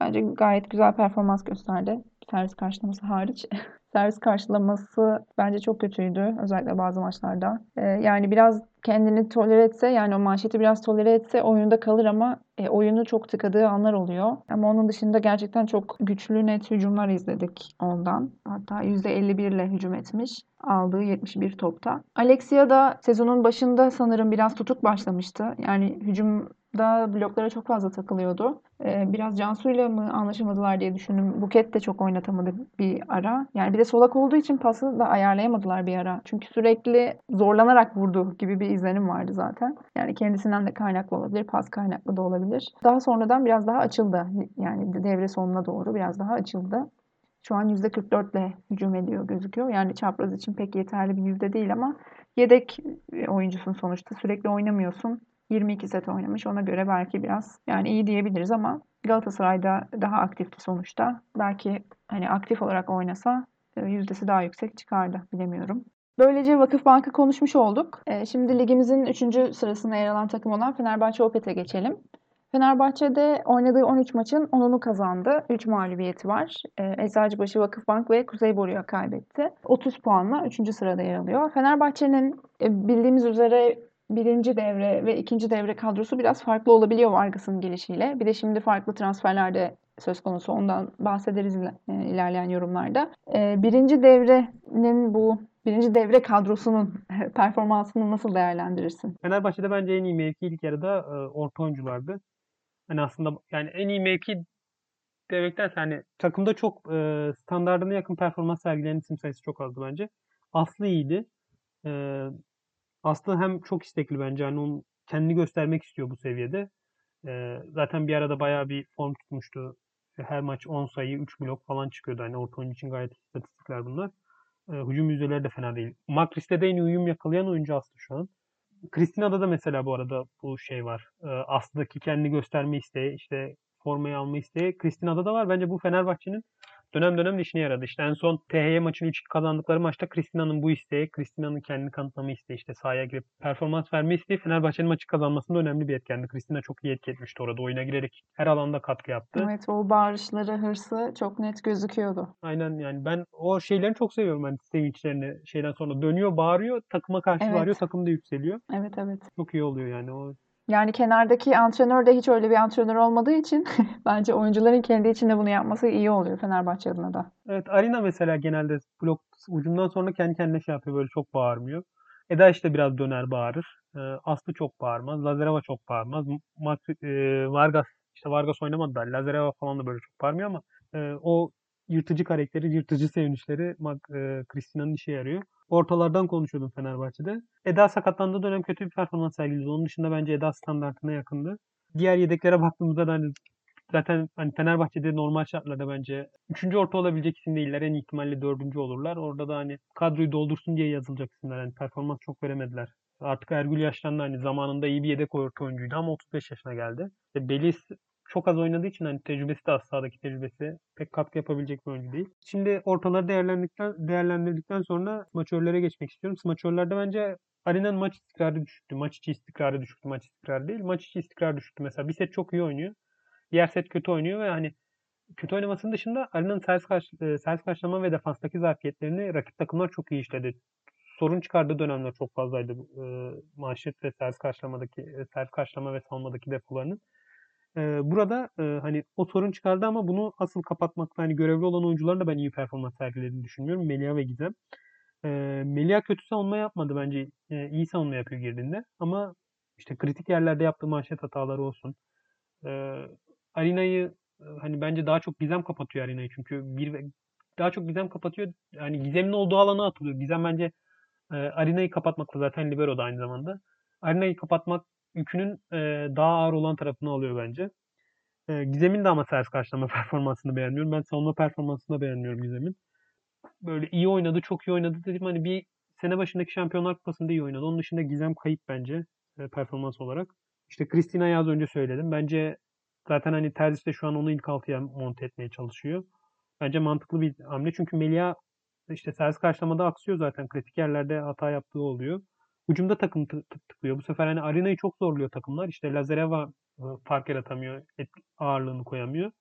bence gayet güzel performans gösterdi. Servis karşılaması hariç. Servis karşılaması bence çok kötüydü. Özellikle bazı maçlarda. Ee, yani biraz kendini tolere etse, yani o manşeti biraz tolere etse oyunda kalır ama e, oyunu çok tıkadığı anlar oluyor. Ama onun dışında gerçekten çok güçlü, net hücumlar izledik ondan. Hatta yüzde elli bir ile hücum etmiş. Aldığı yetmiş bir topta. Alexia da sezonun başında sanırım biraz tutuk başlamıştı. Yani hücumda bloklara çok fazla takılıyordu. Ee, biraz Cansu'yla mı anlaşamadılar diye düşündüm. Buket de çok oynatamadı bir ara. Yani bir de solak olduğu için pası da ayarlayamadılar bir ara. Çünkü sürekli zorlanarak vurdu gibi bir izlenim vardı zaten. Yani kendisinden de kaynaklı olabilir, pas kaynaklı da olabilir. Daha sonradan biraz daha açıldı. Yani devre sonuna doğru biraz daha açıldı. Şu an yüzde kırk dört ile hücum ediyor gözüküyor. Yani çapraz için pek yeterli bir yüzde değil ama yedek oyuncusun sonuçta. Sürekli oynamıyorsun. yirmi iki set oynamış. Ona göre belki biraz yani iyi diyebiliriz ama Galatasaray'da daha aktifti sonuçta. Belki hani aktif olarak oynasa e, yüzdesi daha yüksek çıkardı. Bilemiyorum. Böylece Vakıfbank'ı konuşmuş olduk. E, Şimdi ligimizin üçüncü sırasında yer alan takım olan Fenerbahçe Opet'e geçelim. Fenerbahçe'de oynadığı on üç maçın onunu kazandı. üç mağlubiyeti var. Ee, Eczacıbaşı, Vakıfbank ve Kuzeyboru'ya kaybetti. otuz puanla üçüncü sırada yer alıyor. Fenerbahçe'nin e, bildiğimiz üzere birinci devre ve ikinci devre kadrosu biraz farklı olabiliyor Vargas'ın gelişiyle. Bir de şimdi farklı transferler de söz konusu. Ondan bahsederiz iler- e, ilerleyen yorumlarda. Ee, birinci devrenin bu birinci devre kadrosunun performansını nasıl değerlendirirsin? Fenerbahçe'de bence en iyi mevki ilk yarıda e, orta oyunculardı. Hani aslında yani en iyi mevki demekten hani takımda çok e, standardına yakın performans sergileyen isim sayısı çok azdı bence. Aslı iyiydi. E, Aslı hem çok istekli bence. Hani onun kendini göstermek istiyor bu seviyede. E, zaten bir arada bayağı bir form tutmuştu. Her maç on sayı, üç blok falan çıkıyordu. Hani orta oyuncu için gayet iyi istatistikler bunlar. E, hücum yüzdeleri de fena değil. Makris'te de en iyi uyum yakalayan oyuncu Aslı şu an. Cristina'da da mesela bu arada bu şey var. Ee, Aslı'daki kendini gösterme isteği, işte formayı alma isteği Cristina'da da var. Bence bu Fenerbahçe'nin dönem dönem de işine yaradı. İşte en son T H Y maçını üç iki kazandıkları maçta Cristina'nın bu isteği, Cristina'nın kendini kanıtlama isteği, işte sahaya girip performans verme isteği Fenerbahçe'nin maçı kazanmasında önemli bir etkendi. Cristina çok iyi etki etmişti orada. Oyuna girerek her alanda katkı yaptı. Evet, o bağırışları, hırsı çok net gözüküyordu. Aynen yani ben o şeylerini çok seviyorum ben sevinçlerini. Şeyden sonra dönüyor, bağırıyor, takıma karşı bağırıyor, Evet, takım da yükseliyor. evet, evet. Çok iyi oluyor yani o. Yani kenardaki antrenör de hiç öyle bir antrenör olmadığı için bence oyuncuların kendi içinde bunu yapması iyi oluyor Fenerbahçe adına da. Evet, Arina mesela genelde blok ucundan sonra kendi kendine şey yapıyor, böyle çok bağırmıyor. Eda işte biraz döner bağırır. Ee, Aslı çok bağırmaz. Lazareva çok bağırmaz. Mat- e, Vargas işte Vargas oynamadı da Lazareva falan da böyle çok bağırmıyor ama e, o yırtıcı karakteri, yırtıcı sevinçleri Mag- e, Cristina'nın işe yarıyor. Ortalardan konuşuyordum Fenerbahçe'de. Eda sakatlandığı dönem kötü bir performans sergiledi. Onun dışında bence Eda standartına yakındı. Diğer yedeklere baktığımızda da hani zaten hani Fenerbahçe'de normal şartlarda bence üçüncü orta olabilecek isim değiller. En ihtimalle dördüncü olurlar. Orada da hani kadroyu doldursun diye yazılacak isimler. Yani performans çok veremediler. Artık Ergül yaşlandı, hani zamanında iyi bir yedek orta oyuncuydu ama otuz beş yaşına geldi. İşte Belis çok az oynadığı için hani tecrübesi de az, sahadaki tecrübesi pek katkı yapabilecek bir oyuncu değil. Şimdi ortaları değerlendirdikten, değerlendirdikten sonra smaçörlere geçmek istiyorum. Smaçörlerde bence Arena'nın maç istikrarı düşüktü. Maç içi istikrarı düşüktü. Maç istikrarı değil. Maç içi istikrar düşüktü. Mesela bir set çok iyi oynuyor. Diğer set kötü oynuyor ve hani kötü oynamasının dışında Arena'nın servis, karş, e, servis karşılama ve defanstaki zafiyetlerini rakip takımlar çok iyi işledi. Sorun çıkardığı dönemler çok fazlaydı. E, manşet ve servis karşılamadaki e, servis karşılama ve savunmadaki defolarının. E, burada e, hani o sorun çıkardı ama bunu asıl kapatmakta hani görevli olan oyuncuların da ben iyi performans sergilediğini düşünüyorum. Melia ve Gizem. E, Melia kötü savunma yapmadı bence. E, iyi savunma yapıyor girdiğinde. Ama işte kritik yerlerde yaptığı manşet hataları olsun. E, Arena'yı e, hani bence daha çok Gizem kapatıyor Arena'yı, çünkü bir ve- daha çok Gizem kapatıyor. Yani Gizem'in olduğu alana atılıyor. Gizem bence e, Arena'yı kapatmakla, zaten libero da aynı zamanda. Arena'yı kapatmak yükünün e, daha ağır olan tarafını alıyor bence. E, Gizem'in de ama servis karşılama performansını beğenmiyorum. Ben savunma performansını da beğenmiyorum Gizem'in. Böyle iyi oynadı, çok iyi oynadı dedim. Hani bir sene başındaki Şampiyonlar Kupası'nda iyi oynadı. Onun dışında Gizem kayıp bence e, performans olarak. İşte Cristina'yı az önce söyledim. Bence zaten hani Terzic de şu an onu ilk altıya monte etmeye çalışıyor. Bence mantıklı bir hamle. Çünkü Melia işte servis karşılamada aksıyor zaten. Kritik yerlerde hata yaptığı oluyor. Hücumda takım tı- tı- tıklıyor. Bu sefer hani Arena'yı çok zorluyor takımlar. İşte Lazareva e, fark yaratamıyor. Et, ağırlığını koyamıyor.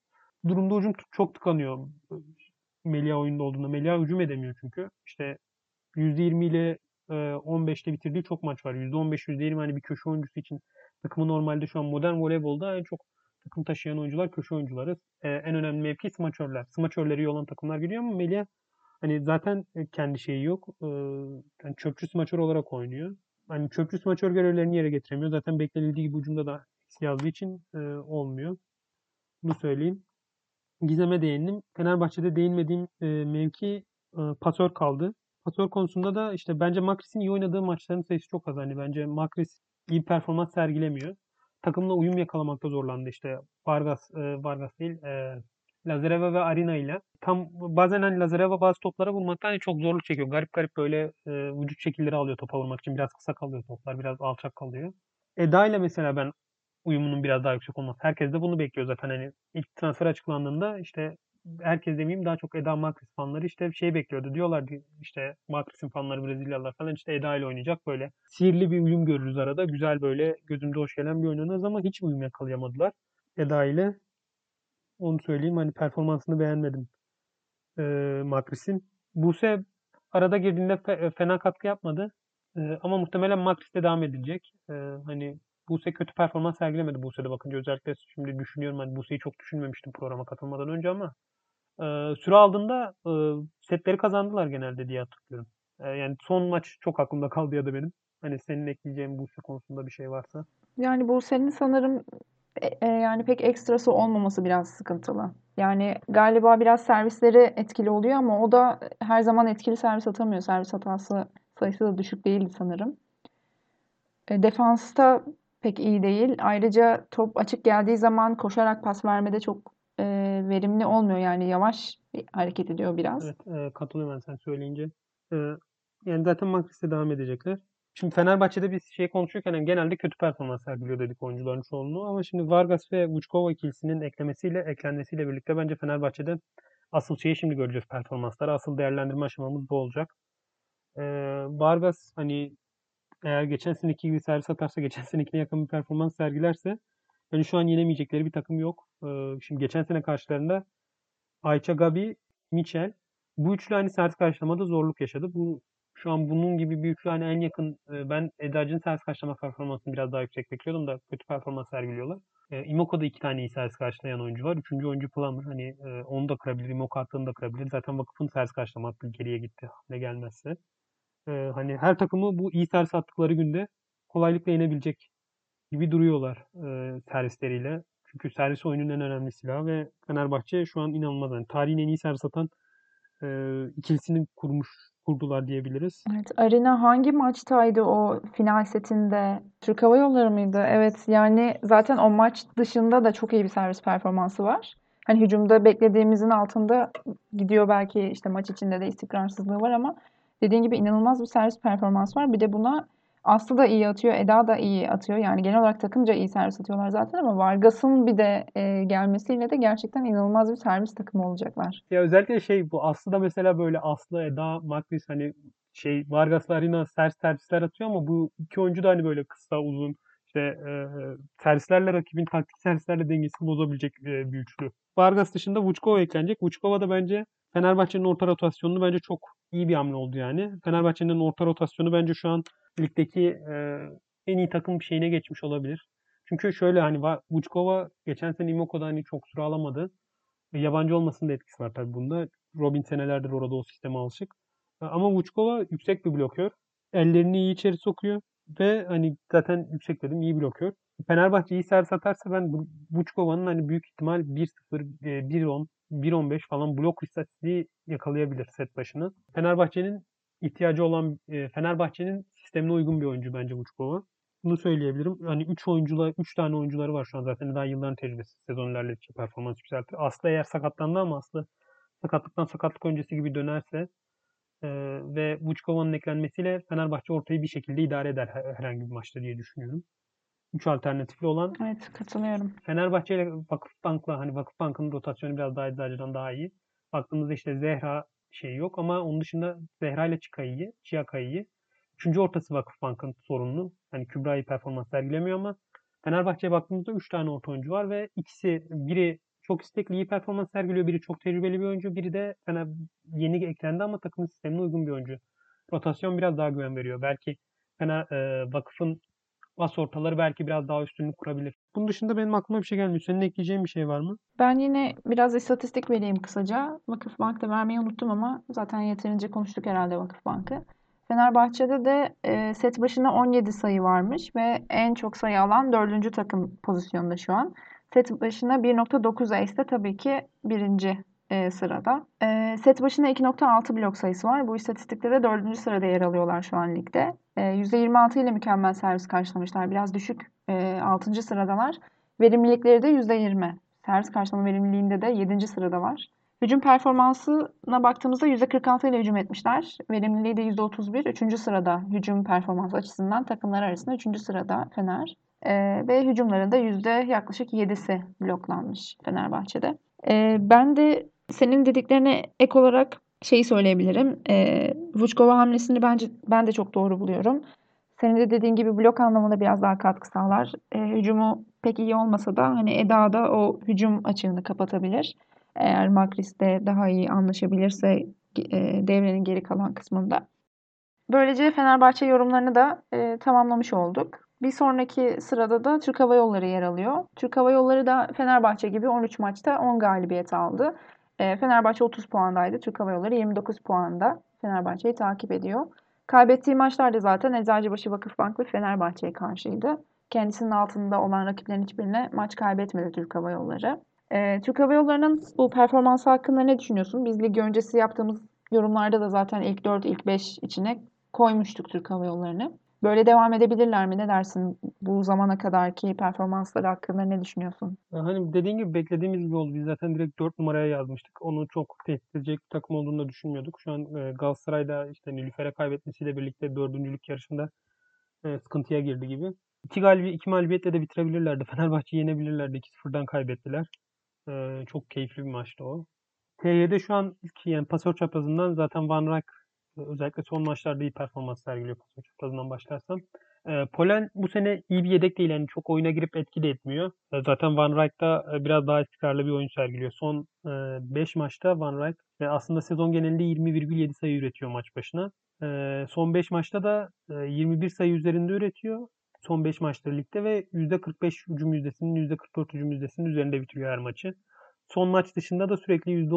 durumda hücum çok tıkanıyor. Melih oyunda olduğunda. Melih hücum edemiyor çünkü. İşte yüzde yirmi ile e, on beşte bitirdiği çok maç var. yüzde on beş, yüzde yirmi hani bir köşe oyuncusu için takımı normalde şu an modern voleybolda en çok takım taşıyan oyuncular köşe oyuncuları. E, en önemli mevki smaçörler. Smaçörleri iyi olan takımlar giriyor ama Melih hani zaten e, kendi şeyi yok. E, yani çöpçü smaçör olarak oynuyor. Hani çöpçü smaçör görevlerini yere getiremiyor. Zaten beklenildiği gibi ucunda da yazdığı için e, olmuyor. Bunu söyleyeyim. Gizem'e değindim. Fenerbahçe'de değinmediğim e, mevki e, pasör kaldı. Pasör konusunda da işte bence Makris'in iyi oynadığı maçların sayısı çok az. Hani bence Makris iyi bir performans sergilemiyor. Takımla uyum yakalamakta zorlandı işte. Vargas, e, Vargas değil, e, Lazareva ve Arina ile. Tam bazen hani Lazareva bazı toplara vurmaktan hani çok zorluk çekiyor. Garip garip böyle e, vücut şekilleri alıyor topa vurmak için. Biraz kısa kalıyor toplar, biraz alçak kalıyor. Eda ile mesela ben uyumunun biraz daha yüksek olması. Herkes de bunu bekliyor zaten. Hani ilk transfer açıklandığında işte herkes demeyeyim daha çok Eda Makris fanları işte şey bekliyordu. Diyorlardı işte Makris'in fanları Brezilyalılar falan işte Eda ile oynayacak böyle. Sihirli bir uyum görürüz arada. Güzel böyle gözümde hoş gelen bir oynanırız ama hiç uyum yakalayamadılar Eda ile. Onu söyleyeyim hani performansını beğenmedim e, Makris'in. Buse arada girdiğinde fe- fena katkı yapmadı. E, ama muhtemelen Makris'te devam edilecek. E, hani Buse kötü performans sergilemedi Buse'de bakınca. Özellikle şimdi düşünüyorum hani Buse'yi çok düşünmemiştim programa katılmadan önce ama e, süre aldığında e, setleri kazandılar genelde diye hatırlıyorum. E, yani son maç çok aklımda kaldı ya da benim. Hani senin ekleyeceğin Buse konusunda bir şey varsa. Yani bu senin sanırım e, e, yani pek ekstrası olmaması biraz sıkıntılı. Yani galiba biraz servisleri etkili oluyor ama o da her zaman etkili servis atamıyor. Servis hatası sayısı da düşük değildi sanırım. E, defansta pek iyi değil. Ayrıca top açık geldiği zaman koşarak pas vermede çok e, verimli olmuyor. Yani yavaş bir hareket ediyor biraz. Evet, e, katılıyorum ben sen söyleyince. E, yani zaten Makris'te devam edecekler. Şimdi Fenerbahçe'de biz şey konuşurken hani genelde kötü performans sergiliyor dedik oyuncuların çoğunluğu ama şimdi Vargas ve Vučkova ikilisinin eklemesiyle eklenmesiyle birlikte bence Fenerbahçe'de asıl şeyi şimdi göreceğiz performansları. Asıl değerlendirme aşamamız bu olacak. E, Vargas hani eğer geçen seneki gibi servis atarsa geçen senekine yakın bir performans sergilerse yani şu an yenemeyecekleri bir takım yok. E, şimdi geçen sene karşılarında Ayça, Gabi, Michel. Bu üçlü hani sert karşılamada zorluk yaşadı. Bu şu an bunun gibi bir üçlü hani en yakın e, ben Eda'cı'nın sert karşılama performansını biraz daha yüksek bekliyordum da kötü performans sergiliyorlar. E, Imoko'da iki tane iyi sert karşılayan oyuncu var. Üçüncü oyuncu Plummer. Hani e, onu da kırabilir. Imoco attığını da kırabilir. Zaten Vakıf'ın sert karşılama hattı geriye gitti. Ne gelmezse. E, hani her takımı bu iyi sert attıkları günde kolaylıkla yenebilecek gibi duruyorlar e, servisleriyle. Çünkü servis oyunun en önemli silahı ve Fenerbahçe şu an inanılmaz. Yani tarihin en iyi servis atan e, ikilisini kurmuş kurdular diyebiliriz. Evet, Arena hangi maçtaydı o final setinde? Türk Hava Yolları mıydı? Evet, yani zaten o maç dışında da çok iyi bir servis performansı var. Hani hücumda beklediğimizin altında gidiyor belki işte maç içinde de istikrarsızlığı var ama dediğin gibi inanılmaz bir servis performansı var. Bir de buna Aslı da iyi atıyor, Eda da iyi atıyor. Yani genel olarak takımca iyi servis atıyorlar zaten ama Vargas'ın bir de e, gelmesiyle de gerçekten inanılmaz bir servis takımı olacaklar. Ya özellikle şey bu Aslı'da mesela böyle Aslı, Eda, Makris hani şey Vargas'la Arina sert servisler atıyor ama bu iki oyuncu da hani böyle kısa uzun işte e, servislerle rakibin taktik servislerle dengesini bozabilecek e, bir üçlü. Vargas dışında Vučkova eklenecek. Vučkova da bence Fenerbahçe'nin orta rotasyonunu bence çok iyi bir hamle oldu yani. Fenerbahçe'nin orta rotasyonu bence şu an ligdeki e, en iyi takım şeyine geçmiş olabilir. Çünkü şöyle hani Va- Vučkova geçen sene Imoco'da hani çok süre alamadı. E, Yabancı olmasının da etkisi var tabii bunda. Robin senelerdir orada o sisteme alışık. E, Ama Vučkova yüksek bir blokör. Ellerini iyi içeri sokuyor ve hani zaten yüksek dedim iyi blokör. Fenerbahçe iyi servis atarsa ben bu- Vučkova'nın hani büyük ihtimal bir sıfır, e, bir on, bir on beş falan blok istatistiği yakalayabilir set başına. Fenerbahçe'nin ihtiyacı olan e, Fenerbahçe'nin sistemine uygun bir oyuncu bence Vučkova. Bunu söyleyebilirim. Hani üç oyuncular, üç tane oyuncuları var şu an zaten daha yılların tecrübesi. Sezon ilerledikçe performans yükseltir. Aslı eğer sakatlandı ama Aslı sakatlıktan sakatlık öncesi gibi dönerse e, ve Vučkova'nın eklenmesiyle Fenerbahçe ortayı bir şekilde idare eder her- herhangi bir maçta diye düşünüyorum. Üç alternatifli olan Evet, katılıyorum. Fenerbahçe ile Vakıfbank'la hani Vakıfbank'ın rotasyonu biraz daha Eczacı'dan daha iyi. Baktığımızda işte Zehra şey yok ama onun dışında Zehra ile Çika iyi, Çiyaka iyi. Üçüncü ortası Vakıfbank'ın sorunlu. Hani Kübra iyi performans sergilemiyor ama Fenerbahçe'ye baktığımızda üç tane orta oyuncu var ve ikisi biri çok istekli, iyi performans sergiliyor. Biri çok tecrübeli bir oyuncu, biri de sana yeni eklendi ama takımın sistemine uygun bir oyuncu. Rotasyon biraz daha güven veriyor. Belki sana e, vakıfın as ortaları belki biraz daha üstünlük kurabilir. Bunun dışında benim aklıma bir şey gelmiyor. Senin ekleyeceğin bir şey var mı? Ben yine biraz istatistik vereyim kısaca. Vakıfbank'ta vermeyi unuttum ama zaten yeterince konuştuk herhalde Vakıfbank'ı. Fenerbahçe'de de e, set başına on yedi sayı varmış ve en çok sayı alan dördüncü takım pozisyonda şu an. Set başına bir nokta dokuz ace de tabii ki birinci e, sırada. E, set başına iki nokta altı blok sayısı var. Bu istatistikte de dördüncü sırada yer alıyorlar şu an ligde. E, yüzde yirmi altı ile mükemmel servis karşılamışlar. Biraz düşük e, altıncı sıradalar. Verimlilikleri de yüzde yirmi. Servis karşılama verimliliğinde de yedinci sırada var. Hücum performansına baktığımızda yüzde kırk altı ile hücum etmişler. Verimliliği de yüzde otuz bir. üçüncü sırada hücum performansı açısından takımlar arasında üçüncü sırada Fener. Ee, ve hücumların da yüzde yaklaşık yedisi bloklanmış Fenerbahçe'de. Ee, ben de senin dediklerine ek olarak şeyi söyleyebilirim. Ee, Vučkova hamlesini bence ben de çok doğru buluyorum. Senin de dediğin gibi blok anlamında biraz daha katkı sağlar. E, hücumu pek iyi olmasa da hani Eda da o hücum açığını kapatabilir. Eğer Makris'te daha iyi anlaşabilirse e, devrenin geri kalan kısmında. Böylece Fenerbahçe yorumlarını da e, tamamlamış olduk. Bir sonraki sırada da Türk Hava Yolları yer alıyor. Türk Hava Yolları da Fenerbahçe gibi on üç maçta on galibiyet aldı. E, Fenerbahçe otuz puandaydı. Türk Hava Yolları yirmi dokuz puanda Fenerbahçe'yi takip ediyor. Kaybettiği maçlar da zaten Eczacıbaşı, Vakıfbank ve Fenerbahçe'ye karşıydı. Kendisinin altında olan rakiplerin hiçbirine maç kaybetmedi Türk Hava Yolları. E, Türk Hava Yolları'nın bu performansı hakkında ne düşünüyorsun? Biz lig öncesi yaptığımız yorumlarda da zaten ilk dört, ilk beş içine koymuştuk Türk Hava Yolları'nı. Böyle devam edebilirler mi? Ne dersin? Bu zamana kadarki performansları hakkında ne düşünüyorsun? Ya Hani dediğin gibi beklediğimiz gibi oldu. Biz zaten direkt dört numaraya yazmıştık. Onu çok tehdit edecek bir takım olduğunu da düşünmüyorduk. Şu an e, Galatasaray'da işte Nilüfer'e kaybetmesiyle birlikte dördüncülük yarışında e, sıkıntıya girdi gibi. İki galibi, iki mağlubiyetle de bitirebilirlerdi. Fenerbahçe'yi yenebilirlerdi. iki sıfırdan kaybettiler. E, çok keyifli bir maçtı o. T Y'de şu an ilk yani pasör çaprazından zaten Van Dijk e, özellikle son maçlarda iyi performans sergiliyor pasör çaprazından başlarsam. E, Polen bu sene iyi bir yedek değil. Yani çok oyuna girip etki de etmiyor. E, zaten Van Dijk da e, biraz daha istikrarlı bir oyun sergiliyor. Son beş maçta Van Dijk e, aslında sezon genelinde yirmi virgül yedi sayı üretiyor maç başına. E, son beş maçta da e, yirmi bir sayı üzerinde üretiyor. Son beş maçta ligde ve yüzde kırk beş hücum yüzdesinin yüzde kırk dört hücum yüzdesinin üzerinde bitiriyor her maçı. Son maç dışında da sürekli yüzde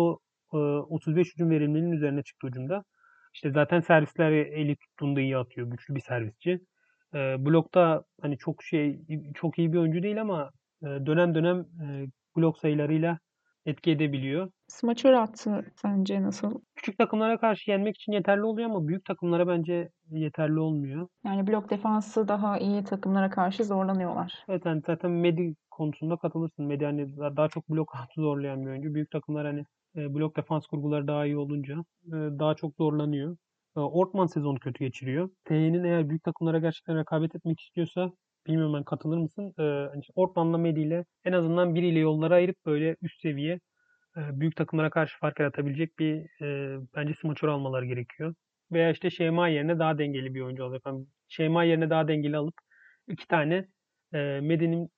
otuz beş hücum verimliliğinin üzerine çıktı hücumda. İşte zaten servisler eli tuttuğunda iyi atıyor. Güçlü bir servisçi. E, blokta hani çok şey çok iyi bir oyuncu değil ama e, dönem dönem e, blok sayılarıyla etki edebiliyor. Smaçör attı sence nasıl? Küçük takımlara karşı yenmek için yeterli oluyor ama büyük takımlara bence yeterli olmuyor. Yani blok defansı daha iyi takımlara karşı zorlanıyorlar. Evet yani zaten Medi konusunda katılırsın. Medi hani daha çok blok altı zorlayan bir oyuncu. Büyük takımlar hani e, blok defans kurguları daha iyi olunca e, daha çok zorlanıyor. E, Ortman sezonu kötü geçiriyor. T Y'nin eğer büyük takımlara gerçekten rekabet etmek istiyorsa bilmiyorum ben katılır mısın? E, hani işte Ortman'la Medi ile en azından biriyle yolları ayırıp böyle üst seviye e, büyük takımlara karşı fark yaratabilecek bir e, bence smaçör almaları gerekiyor. Veya işte Şeyma yerine daha dengeli bir oyuncu alacak. Yani Şeyma yerine daha dengeli alıp iki tane e, Medi'nin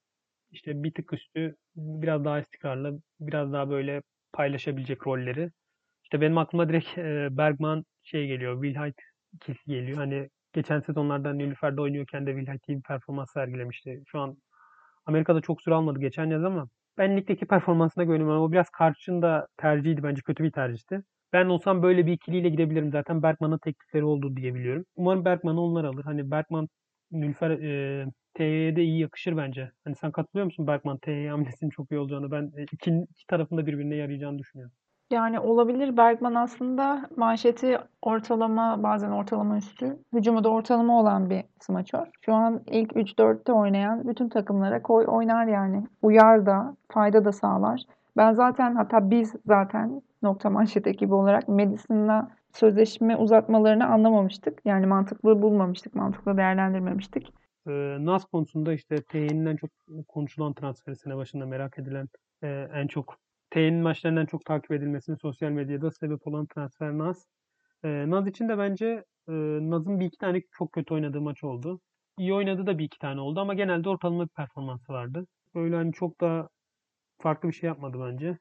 işte bir tık üstü biraz daha istikrarlı, biraz daha böyle paylaşabilecek rolleri. İşte benim aklıma direkt e, Bergman şey geliyor, Wilhite ikisi geliyor. Hani geçen sezonlarda Nilüfer'de oynuyorken de Wilhite iyi bir performans sergilemişti. Şu an Amerika'da çok süre almadı geçen yaz ama ben ligdeki performansına güveniyorum. O biraz Karç'ın da tercihiydi. Bence kötü bir tercihti. Ben olsam böyle bir ikiliyle gidebilirim. Zaten Bergman'ın teklifleri oldu diye biliyorum. Umarım Bergman'ı onlar alır. Hani Bergman Nilüfer e, T Y'ye de iyi yakışır bence. Hani sen katılıyor musun Bergman T Y hamlesinin çok iyi olacağını? Ben e, iki, iki tarafın da birbirine yarayacağını düşünüyorum. Yani olabilir. Bergman aslında manşeti ortalama, bazen ortalama üstü, hücumu da ortalama olan bir smaçör. Şu an ilk üç dörtte oynayan bütün takımlara koy oynar yani. Uyar da, fayda da sağlar. Ben zaten hatta biz zaten nokta manşet ekibi olarak Madison'la sözleşme uzatmalarını anlamamıştık. Yani mantıklı bulmamıştık, mantıklı değerlendirmemiştik. E, Naz konusunda işte T Y'nin en çok konuşulan transferi sene başında merak edilen e, en çok T Y'nin maçlarından çok takip edilmesine sosyal medyada sebep olan transfer Naz. Ee, Naz için de bence e, Naz'ın bir iki tane çok kötü oynadığı maç oldu. İyi oynadı da bir iki tane oldu ama genelde ortalama bir performansı vardı. Böyle hani çok da farklı bir şey yapmadı bence.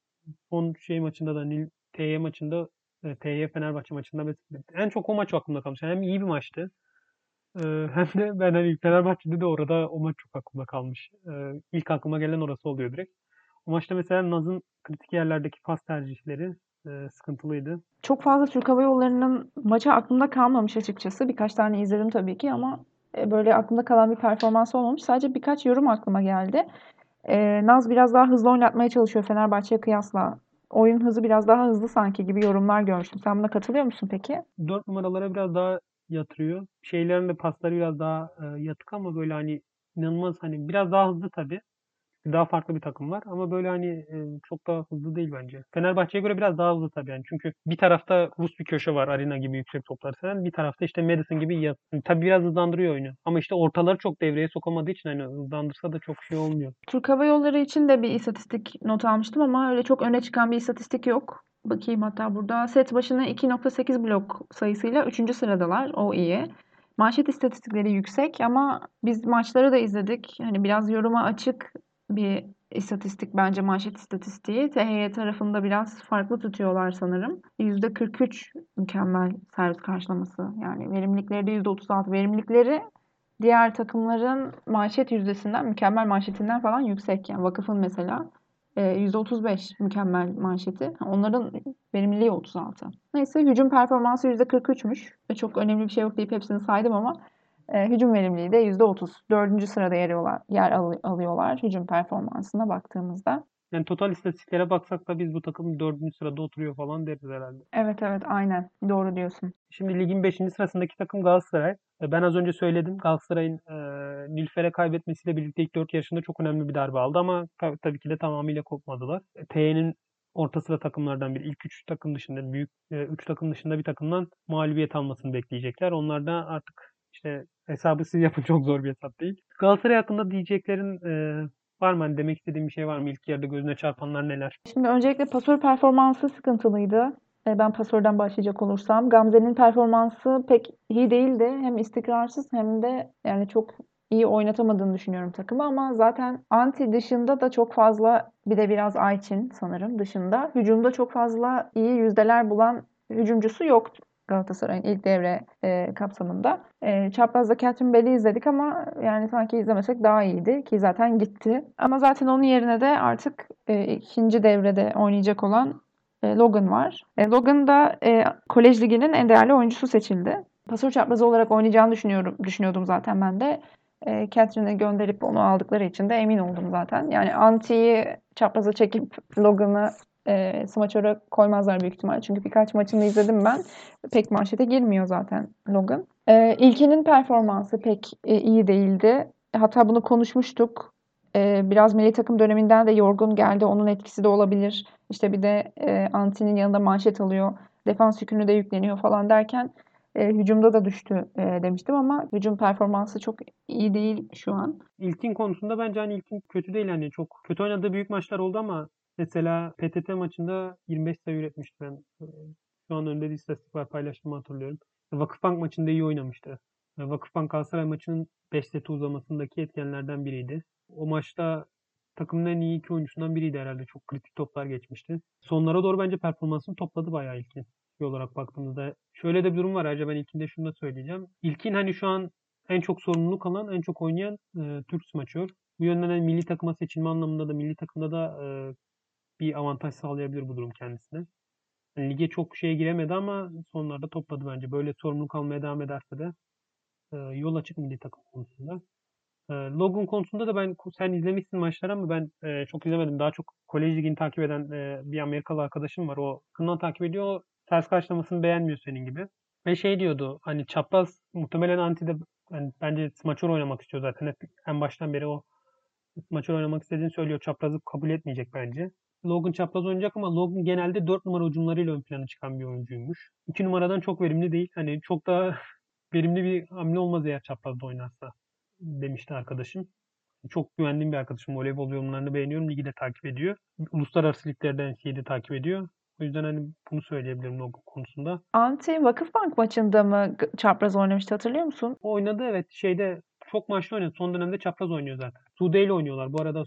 Son şey maçında da Nil T Y maçında e, T Y Fenerbahçe maçında mes- en çok o maç aklımda kalmış. Yani hem iyi bir maçtı. e, Hem de ben hani Fenerbahçe'de de orada o maç çok aklımda kalmış. E, İlk aklıma gelen orası oluyor direkt. O maçta mesela Naz'ın kritik yerlerdeki pas tercihleri e, sıkıntılıydı. Çok fazla Türk Hava Yolları'nın maçı aklımda kalmamış açıkçası. Birkaç tane izledim tabii ki ama e, böyle aklımda kalan bir performans olmamış. Sadece birkaç yorum aklıma geldi. E, Naz biraz daha hızlı oynatmaya çalışıyor Fenerbahçe'ye kıyasla. Oyun hızı biraz daha hızlı sanki gibi yorumlar görmüştüm. Sen buna katılıyor musun peki? Dört numaralara biraz daha yatırıyor. Şeylerin de pasları biraz daha e, yatık ama böyle hani inanılmaz hani biraz daha hızlı tabii. Daha farklı bir takım var ama böyle hani e, çok daha hızlı değil bence. Fenerbahçe'ye göre biraz daha hızlı tabii yani. Çünkü bir tarafta Rus bir köşe var, Arena gibi yüksek toplar seven. Bir tarafta işte Madison gibi yat. Yani tabii biraz hızlandırıyor oyunu. Ama işte ortaları çok devreye sokamadığı için hani hızlandırsa da çok şey olmuyor. Türk Hava Yolları için de bir istatistik not almıştım ama öyle çok öne çıkan bir istatistik yok. Bakayım hatta burada set başına iki nokta sekiz blok sayısıyla üçüncü sıradalar. O iyi. Manşet istatistikleri yüksek ama biz maçları da izledik. Hani biraz yoruma açık bir istatistik bence manşet istatistiği. T H Y tarafında biraz farklı tutuyorlar sanırım. yüzde kırk üç mükemmel servis karşılaması. Yani verimlilikleri de yüzde otuz altı. Verimlilikleri diğer takımların manşet yüzdesinden, mükemmel manşetinden falan yüksek. Yani Vakıf'ın mesela e, yüzde otuz beş mükemmel manşeti. Onların verimliliği otuz altı. Neyse hücum performansı yüzde kırk üçmüş. E, Çok önemli bir şey yok deyip hepsini saydım ama e, hücum verimliliği de yüzde otuz. Dördüncü sırada yer alıyorlar, yer al- alıyorlar hücum performansına baktığımızda. Yani total istatistiklere baksak da biz bu takım dördüncü sırada oturuyor falan deriz herhalde. Evet evet aynen doğru diyorsun. Şimdi ligin beşinci sırasındaki takım Galatasaray. E, Ben az önce söyledim. Galatasaray'ın e, Nilfer'e kaybetmesiyle birlikte ilk dört yarışında çok önemli bir darbe aldı ama ta- tabii ki de tamamıyla kopmadılar. E, T Y'nin orta sıra takımlardan biri. İlk üç takım dışında, büyük üç takım dışında bir takımdan mağlubiyet almasını bekleyecekler. Onlar da artık işte hesabı siz yapın, çok zor bir hesap değil. Galatasaray hakkında diyeceklerin e, var mı? Hani demek istediğim bir şey var mı? İlk yarıda gözüne çarpanlar neler? Şimdi öncelikle pasör performansı sıkıntılıydı. E, Ben pasörden başlayacak olursam. Gamze'nin performansı pek iyi değildi. Hem istikrarsız hem de yani çok iyi oynatamadığını düşünüyorum takımı ama zaten Anti dışında da çok fazla bir de biraz Ayçin sanırım dışında. Hücumda çok fazla iyi yüzdeler bulan hücumcusu yok Galatasaray'ın ilk devre e, kapsamında. E, çaprazda Catherine Bell'i izledik ama yani sanki izlemesek daha iyiydi ki zaten gitti. Ama zaten onun yerine de artık e, ikinci devrede oynayacak olan e, Logan var. E, Logan da e, Kolej Ligi'nin en değerli oyuncusu seçildi. Pasör çaprazı olarak oynayacağını düşünüyorum, düşünüyordum zaten ben de. E, Catherine'i gönderip onu aldıkları için de emin oldum zaten. Yani Anti'yi çapraza çekip Logan'ı e, smaçöre koymazlar büyük ihtimal. Çünkü birkaç maçını izledim ben. Pek manşete girmiyor zaten Logan. E, İlkin'in performansı pek e, iyi değildi. Hatta bunu konuşmuştuk. E, biraz milli takım döneminden de yorgun geldi. Onun etkisi de olabilir. İşte bir de e, Anti'nin yanında manşet alıyor. Defans yükünü de yükleniyor falan derken e, hücumda da düştü e, demiştim ama hücum performansı çok iyi değil şu an. İlkin konusunda bence hani ilkin kötü değil, hani çok kötü oynadığı büyük maçlar oldu ama mesela P T T maçında yirmi beş sayı üretmişti, ben e, şu an önümde bir istatistik var, paylaştığımı hatırlıyorum. Vakıfbank maçında iyi oynamıştı. E, Vakıfbank Galatasaray maçının beş seti uzamasındaki etkenlerden biriydi. O maçta takımın en iyi iki oyuncusundan biriydi herhalde. Çok kritik toplar geçmişti. Sonlara doğru bence performansını topladı bayağı ilkin. Bir olarak baktığımızda. Şöyle de bir durum var. Ayrıca ben ilkinde şunu da söyleyeceğim. İlkin hani şu an en çok sorumluluk alan, en çok oynayan e, Türk smaçör. Bu yönden hani milli takıma seçilme anlamında da milli takımda da e, bir avantaj sağlayabilir bu durum kendisine. Yani lige çok şeye giremedi ama sonlarda topladı bence. Böyle sorumluluk almaya devam ederse de e, yol açık milli takım konusunda. E, Logan konusunda da ben, sen izlemişsin maçları ama ben e, çok izlemedim. Daha çok Kolej Ligi'ni takip eden e, bir Amerikalı arkadaşım var. O yakından takip ediyor. O ters karşılamasını beğenmiyor senin gibi. Ve şey diyordu, hani çapraz muhtemelen Anti'de, yani bence smaçör oynamak istiyor zaten. Hep en baştan beri o smaçör oynamak istediğini söylüyor. Çaprazı kabul etmeyecek bence. Logan çapraz oynayacak ama Logan genelde dört numara hücumlarıyla ön plana çıkan bir oyuncuymuş. iki numaradan çok verimli değil. Hani çok daha verimli bir hamle olmaz eğer çaprazda oynarsa demişti arkadaşım. Çok güvendiğim bir arkadaşım. Voleybol yorumlarını beğeniyorum. Ligi de takip ediyor. Uluslararası liglerden N C A A'de takip ediyor. O yüzden hani bunu söyleyebilirim Logan konusunda. Anti Vakıfbank maçında mı g- çapraz oynamıştı hatırlıyor musun? O oynadı, evet, şeyde çok maçlı oynadı. Son dönemde çapraz oynuyor zaten. Sude ile oynuyorlar. Bu arada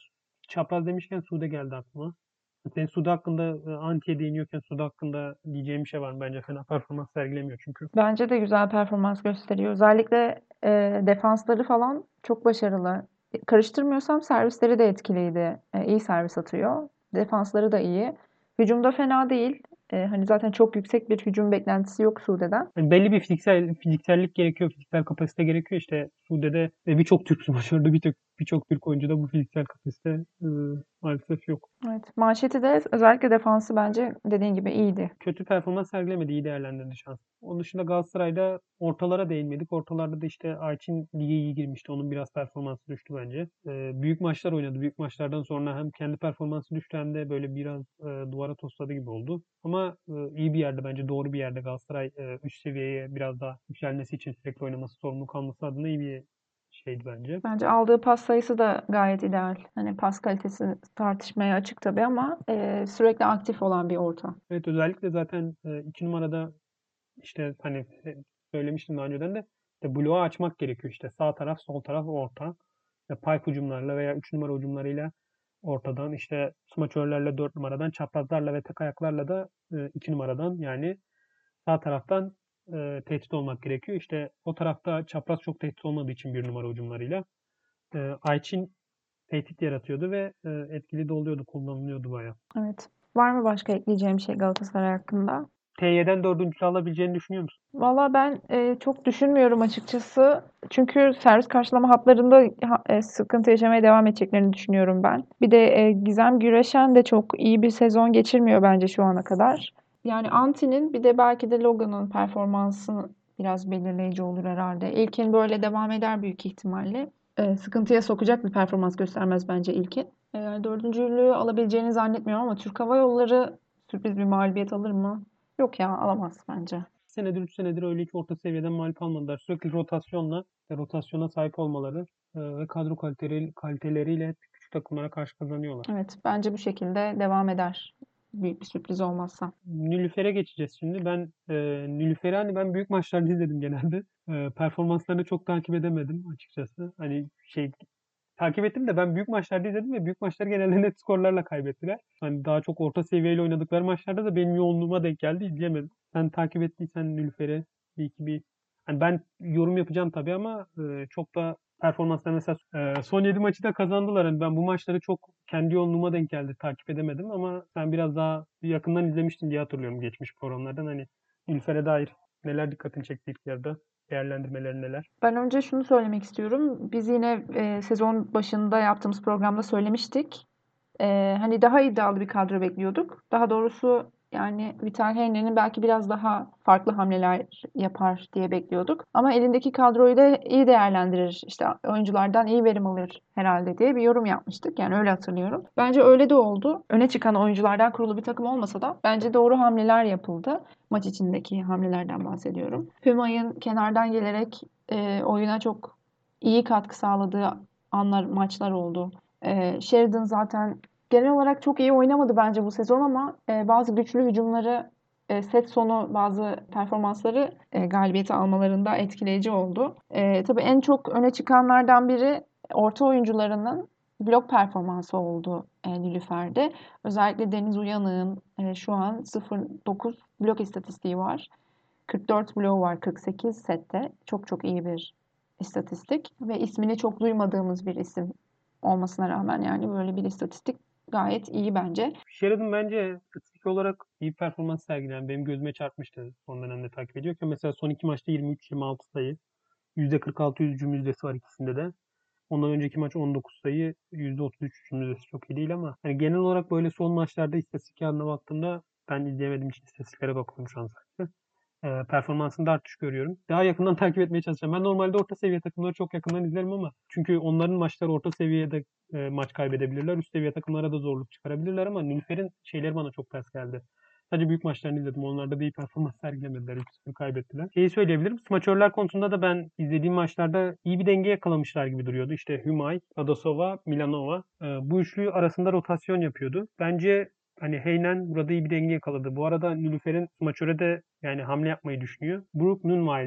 Çapraz demişken Sude geldi aklıma. Senin Sude hakkında e, Anti'ye değiniyorken Sude hakkında diyeceğim bir şey var mı? Bence fena performans sergilemiyor çünkü. Bence de güzel performans gösteriyor. Özellikle e, defansları falan çok başarılı. Karıştırmıyorsam servisleri de etkiliydi. E, iyi servis atıyor. Defansları da iyi. Hücumda fena değil. E, hani zaten çok yüksek bir hücum beklentisi yok Sude'den. Yani belli bir fiziksel fiziksellik gerekiyor, fiziksel kapasite gerekiyor. İşte Sude'de ve birçok Türk smaçörde birçok birçok Türk oyuncuda bu fiziksel kapasite e, maalesef yok. Evet. Manşeti de özellikle defansı bence dediğin gibi iyiydi. Kötü performans sergilemedi, iyi değerlendirdi şans. Onun dışında Galatasaray'da ortalara değinmedik. Ortalarda da işte Ayçin lige iyi girmişti. Onun biraz performansı düştü bence. Ee, büyük maçlar oynadı. Büyük maçlardan sonra hem kendi performansı düştü hem de böyle biraz e, duvara tosladı gibi oldu. Ama e, iyi bir yerde bence, doğru bir yerde Galatasaray e, üst seviyeye biraz daha yükselmesi için sürekli oynaması, sorumluluk alması adına iyi bir şeydi bence. Bence aldığı pas sayısı da gayet ideal. Hani pas kalitesi tartışmaya açık tabii ama e, sürekli aktif olan bir orta. Evet, özellikle zaten e, iki numarada işte hani e, söylemiştim daha önceden de işte bloğu açmak gerekiyor işte sağ taraf sol taraf orta ve pay hücumlarla veya üç numara hücumlarıyla ortadan işte smaçörlerle dört numaradan çaprazlarla ve tek ayaklarla da e, iki numaradan yani sağ taraftan e, tehdit olmak gerekiyor. İşte o tarafta çapraz çok tehdit olmadığı için bir numara hücumlarıyla e, Ayçin tehdit yaratıyordu ve e, etkili de oluyordu, kullanılıyordu bayağı. Evet. Var mı başka ekleyeceğim bir şey Galatasaray hakkında? T Y'den dördüncü alabileceğini düşünüyor musun? Valla ben e, çok düşünmüyorum açıkçası. Çünkü servis karşılama hatlarında ha- e, sıkıntı yaşamaya devam edeceklerini düşünüyorum ben. Bir de e, Gizem Güreşen de çok iyi bir sezon geçirmiyor bence şu ana kadar. Yani Anti'nin bir de belki de Logan'ın performansı biraz belirleyici olur herhalde. İlkin böyle devam eder büyük ihtimalle. E, sıkıntıya sokacak bir performans göstermez bence İlkin. E, dördüncülüğü alabileceğini zannetmiyorum ama Türk Hava Yolları sürpriz bir mağlubiyet alır mı? Yok ya, alamaz bence. Senedir üç senedir öyle hiç orta seviyeden mağlup almadılar. Sürekli rotasyonla ve rotasyona sahip olmaları e, ve kadro kaliteleri, kaliteleriyle hep küçük takımlara karşı kazanıyorlar. Evet, bence bu şekilde devam eder. Büyük bir sürpriz olmazsa. Nilüfer'e geçeceğiz şimdi. Ben e, Nilüfer'i hani ben büyük maçlarda izledim genelde. E, performanslarını çok takip edemedim açıkçası. Hani şey takip ettim de ben büyük maçlarda izledim ve büyük maçları genelde net skorlarla kaybettiler. Hani daha çok orta seviyeyle oynadıkları maçlarda da benim yoğunluğuma denk geldi, izleyemedim. Sen takip ettiysen Nilüfer'i bir iki bir hani ben yorum yapacağım tabii ama e, çok da performanslar mesela e, son yedi maçı da kazandılar. Hani ben bu maçları çok kendi yoğunluğuma denk geldi, takip edemedim ama sen biraz daha yakından izlemiştin diye hatırlıyorum geçmiş programlardan. Hani Nilüfer'e dair neler dikkatini çekti ilk yarıda? Değerlendirmeleri neler? Ben önce şunu söylemek istiyorum. Biz yine e, sezon başında yaptığımız programda söylemiştik. Ee, hani daha iddialı bir kadro bekliyorduk. Daha doğrusu yani Vital Heyne'nin belki biraz daha farklı hamleler yapar diye bekliyorduk. Ama elindeki kadroyu da iyi değerlendirir. İşte oyunculardan iyi verim alır herhalde diye bir yorum yapmıştık. Yani öyle hatırlıyorum. Bence öyle de oldu. Öne çıkan oyunculardan kurulu bir takım olmasa da bence doğru hamleler yapıldı. Maç içindeki hamlelerden bahsediyorum. Hümayun kenardan gelerek e, oyuna çok iyi katkı sağladığı anlar, maçlar oldu. Ee, Sheridan zaten genel olarak çok iyi oynamadı bence bu sezon ama e, bazı güçlü hücumları, e, set sonu bazı performansları e, galibiyeti almalarında etkileyici oldu. E, tabii en çok öne çıkanlardan biri orta oyuncularının blok performansı oldu e, Nilüfer'de. Özellikle Deniz Uyanık'ın e, şu an sıfır virgül dokuz blok istatistiği var. kırk dört bloğu var kırk sekiz sette. Çok çok iyi bir istatistik ve ismini çok duymadığımız bir isim olmasına rağmen yani böyle bir istatistik gayet iyi bence. Sheridan bence istatistik olarak iyi performans sergileyen benim gözüme çarpmıştı son dönemde takip ediyorken. Mesela son iki maçta yirmi üç yirmi altı sayı. yüzde kırk altı hücum yüzdesi var ikisinde de. Ondan önceki maç on dokuz sayı. yüzde otuz üç hücum yüzdesi çok iyi değil ama hani genel olarak böyle son maçlarda istatistik yanına baktığımda ben izleyemediğim için istatistiklere bakıyorum şu an sadece. Ee, performansında artış görüyorum. Daha yakından takip etmeye çalışacağım. Ben normalde orta seviye takımları çok yakından izlerim ama çünkü onların maçları orta seviyede e, maç kaybedebilirler. Üst seviye takımlara da zorluk çıkarabilirler ama Nilüfer'in şeyleri bana çok ters geldi. Sadece büyük maçlarını izledim. Onlarda da iyi performans sergilemediler. üç sıfır kaybettiler. Şeyi söyleyebilirim. Smaçörler konusunda da ben izlediğim maçlarda iyi bir denge yakalamışlar gibi duruyordu. İşte Hümay, Adasova, Milanova. Ee, bu üçlü arasında rotasyon yapıyordu. Bence hani Heynen burada iyi bir denge yakaladı. Bu arada Nilüfer'in smaçöre de yani hamle yapmayı düşünüyor. Brook Nunweiler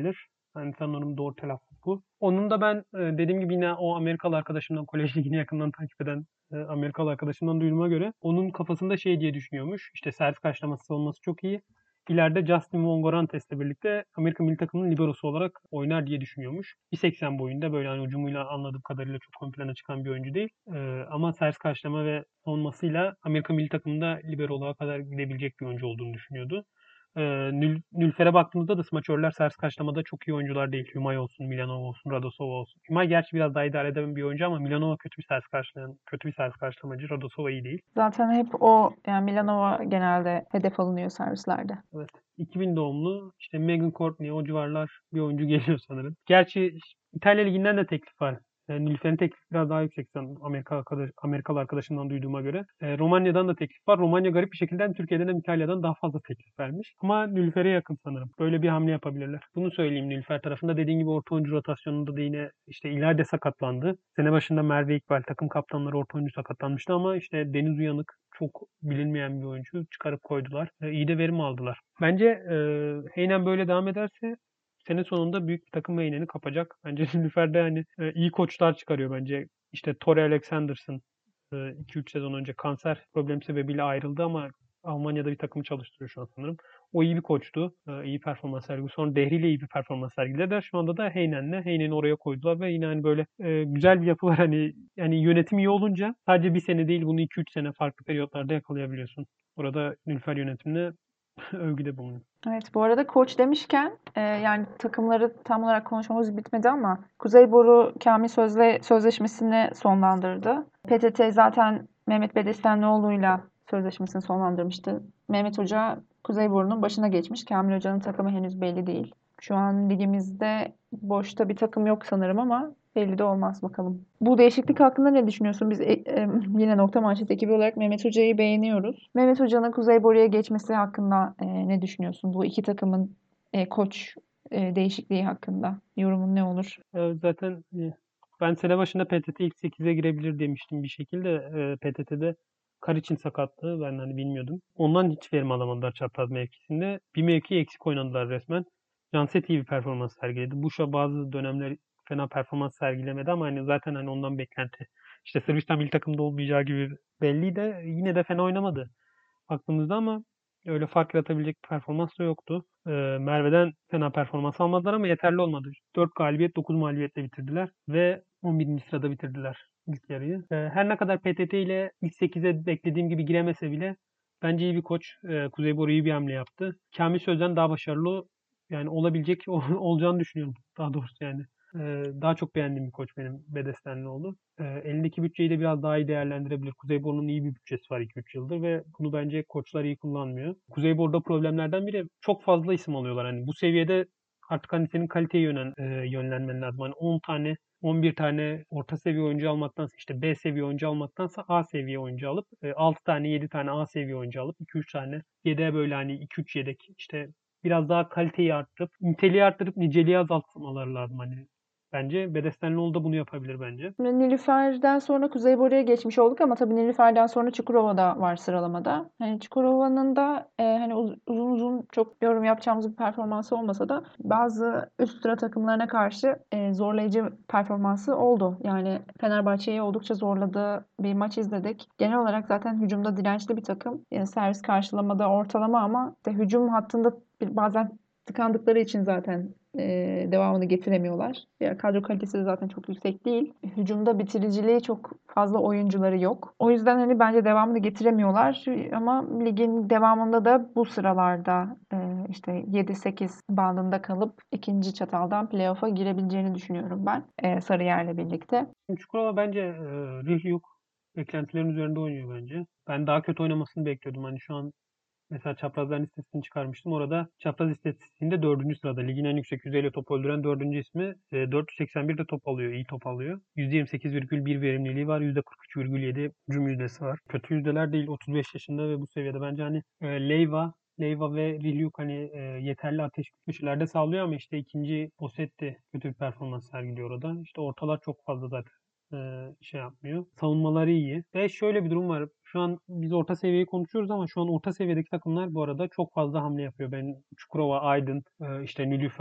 Yani sanırım doğru telaffuz bu. Onun da ben e, dediğim gibi yine o Amerikalı arkadaşımdan, kolej ligini yakından takip eden e, Amerikalı arkadaşımdan duyduğuma göre onun kafasında şey diye düşünüyormuş. İşte servis karşılaması olması çok iyi. İleride Justin Vongorantes ile birlikte Amerika milli takımının liberosu olarak oynar diye düşünüyormuş. bir seksen boyunda böyle hani ucumuyla anladığım kadarıyla çok ön plana çıkan bir oyuncu değil. E, ama servis karşılama ve savunmasıyla Amerika milli takımında liberoluğa kadar gidebilecek bir oyuncu olduğunu düşünüyordu. Ee, Nül, Nülfer'e baktığımızda da smaçörler servis karşılamada çok iyi oyuncular değil. Humay olsun, Milanova olsun, Radosova olsun. Humay gerçi biraz daha idare eden bir oyuncu ama Milanova kötü bir servis karşılayan, kötü bir servis karşılamacı. Radosova iyi değil. Zaten hep o yani Milanova genelde hedef alınıyor servislerde. Evet. iki bin doğumlu işte Megan Courtney o civarlar bir oyuncu geliyor sanırım. Gerçi İtalya Ligi'nden de teklif var. E, Nilüfer'in teklifi biraz daha yüksek sanırım Amerika arkadaş, Amerikalı arkadaşımdan duyduğuma göre. E, Romanya'dan da teklif var. Romanya garip bir şekilde hem Türkiye'den hem İtalya'dan daha fazla teklif vermiş. Ama Nilüfer'e yakın sanırım. Böyle bir hamle yapabilirler. Bunu söyleyeyim Nilüfer tarafında. Dediğin gibi orta oyuncu rotasyonunda da yine işte ileride sakatlandı. Sene başında Merve İkbal takım kaptanları orta oyuncu sakatlanmıştı ama işte Deniz Uyanık çok bilinmeyen bir oyuncu çıkarıp koydular. E, iyi de verim aldılar. Bence e, Heynen böyle devam ederse sene sonunda büyük bir takım Heynen'i kapacak. Bence Nilüfer'de hani e, iyi koçlar çıkarıyor bence. İşte Tori Alexanderson iki üç sezon önce kanser problemi sebebiyle ayrıldı ama Almanya'da bir takım çalıştırıyor şu an sanırım. O iyi bir koçtu. E, iyi performans sergiledi. Sonra Dehri ile iyi bir performans sergilediler. Şu anda da Heynen'le Heynen'i oraya koydular ve yine hani böyle e, güzel bir yapı var. Hani yani yönetim iyi olunca sadece bir sene değil bunu iki üç sene farklı periyotlarda yakalayabiliyorsun. Burada Nilüfer yönetimine övgüde bulunuyor. Evet, bu arada koç demişken e, yani takımları tam olarak konuşmamız bitmedi ama Kuzey Boru Kamil Sözle sözleşmesini sonlandırdı. P T T zaten Mehmet Bedestenlioğlu'yla sözleşmesini sonlandırmıştı. Mehmet Hoca Kuzey Boru'nun başına geçmiş. Kamil Hoca'nın takımı henüz belli değil. Şu an ligimizde boşta bir takım yok sanırım ama belli de olmaz bakalım. Bu değişiklik hakkında ne düşünüyorsun? Biz e, e, yine Nokta Manşet ekibi olarak Mehmet Hoca'yı beğeniyoruz. Mehmet Hoca'nın Kuzey Boru'ya geçmesi hakkında e, ne düşünüyorsun? Bu iki takımın e, koç e, değişikliği hakkında yorumun ne olur? E, zaten e, ben sene başında P T T ilk sekize girebilir demiştim bir şekilde. E, P T T'de Kariç'in sakatlığı ben hani bilmiyordum. Ondan hiç verim alamadılar çapraz mevkisinde. Bir mevki eksik oynadılar resmen. Janset iyi bir performans sergiledi. Buşa bazı dönemler fena performans sergilemedi ama hani zaten hani ondan beklenti. İşte Sırbistan milli takımda olmayacağı gibi belliydi. Yine de fena oynamadı baktığımızda ama öyle fark yaratabilecek bir performans da yoktu. Ee, Merve'den fena performans almadılar ama yeterli olmadı. dört galibiyet dokuz mağlubiyetle bitirdiler ve on birinci sırada bitirdiler ilk yarıyı. Ee, her ne kadar P T T ile ilk sekize beklediğim gibi giremese bile bence iyi bir koç. Ee, Kuzey Boru iyi bir hamle yaptı. Kamil Sözden daha başarılı yani olabilecek olacağını düşünüyorum daha doğrusu yani. Ee, daha çok beğendiğim bir koç benim Bedestenlioğlu. Ee, elindeki bütçeyi de biraz daha iyi değerlendirebilir. Kuzeyburnu'nun iyi bir bütçesi var iki üç yıldır ve bunu bence koçlar iyi kullanmıyor. Kuzeyburnu'da problemlerden biri çok fazla isim alıyorlar. Hani bu seviyede artık hani senin kaliteye yönen, e, yönlenmen lazım. Hani on tane on bir tane orta seviye oyuncu almaktansa işte B seviye oyuncu almaktansa A seviye oyuncu alıp e, altı tane yedi tane A seviye oyuncu alıp iki üç tane yedeğe böyle hani iki üç yedek işte biraz daha kaliteyi arttırıp niteliği arttırıp niceliği azaltmaları lazım hani. Bence Bedestenlioğlu da bunu yapabilir bence. Şimdi Nilüfer'den sonra Kuzey Boru'ya geçmiş olduk ama tabii Nilüfer'den sonra Çukurova da var sıralamada. Hani Çukurova'nın da e, hani uz- uzun uzun çok yorum yapacağımız bir performansı olmasa da bazı üst sıra takımlarına karşı e, zorlayıcı performansı oldu. Yani Fenerbahçe'yi oldukça zorladığı bir maç izledik. Genel olarak zaten hücumda dirençli bir takım. Yani servis karşılamada ortalama ama işte hücum hattında bir- bazen tıkandıkları için zaten e, devamını getiremiyorlar. Ya, kadro kalitesi de zaten çok yüksek değil. Hücumda bitiriciliği çok fazla oyuncuları yok. O yüzden hani bence devamını getiremiyorlar. Ama ligin devamında da bu sıralarda e, işte yedi sekiz bandında kalıp ikinci çataldan playoff'a girebileceğini düşünüyorum ben. E, Sarıyer'le birlikte. Şimdi Çukurova bence e, Rihyuk beklentilerin üzerinde oynuyor bence. Ben daha kötü oynamasını bekliyordum. Hani şu an mesela çaprazların listesini çıkarmıştım. Orada çapraz istatistiğinde dördüncü sırada. Ligin en yüksek yüzeyle top öldüren dördüncü ismi. E, dört yüz seksen bir de top alıyor. İyi top alıyor. yüzde yirmi sekiz virgül bir verimliliği var. yüzde kırk üç virgül yedi hücum yüzdesi var. Kötü yüzdeler değil. otuz beş yaşında ve bu seviyede bence hani e, Leyva Leyva ve Rilyuk hani e, yeterli ateş güçlerde sağlıyor ama işte ikinci Bosetti kötü bir performans sergiliyor orada. İşte ortalar çok fazla zaten e, şey yapmıyor. Savunmaları iyi. Ve şöyle bir durum var. Şu an biz orta seviyeyi konuşuyoruz ama şu an orta seviyedeki takımlar bu arada çok fazla hamle yapıyor. Ben Çukurova, Aydın, e, işte Nilüfer,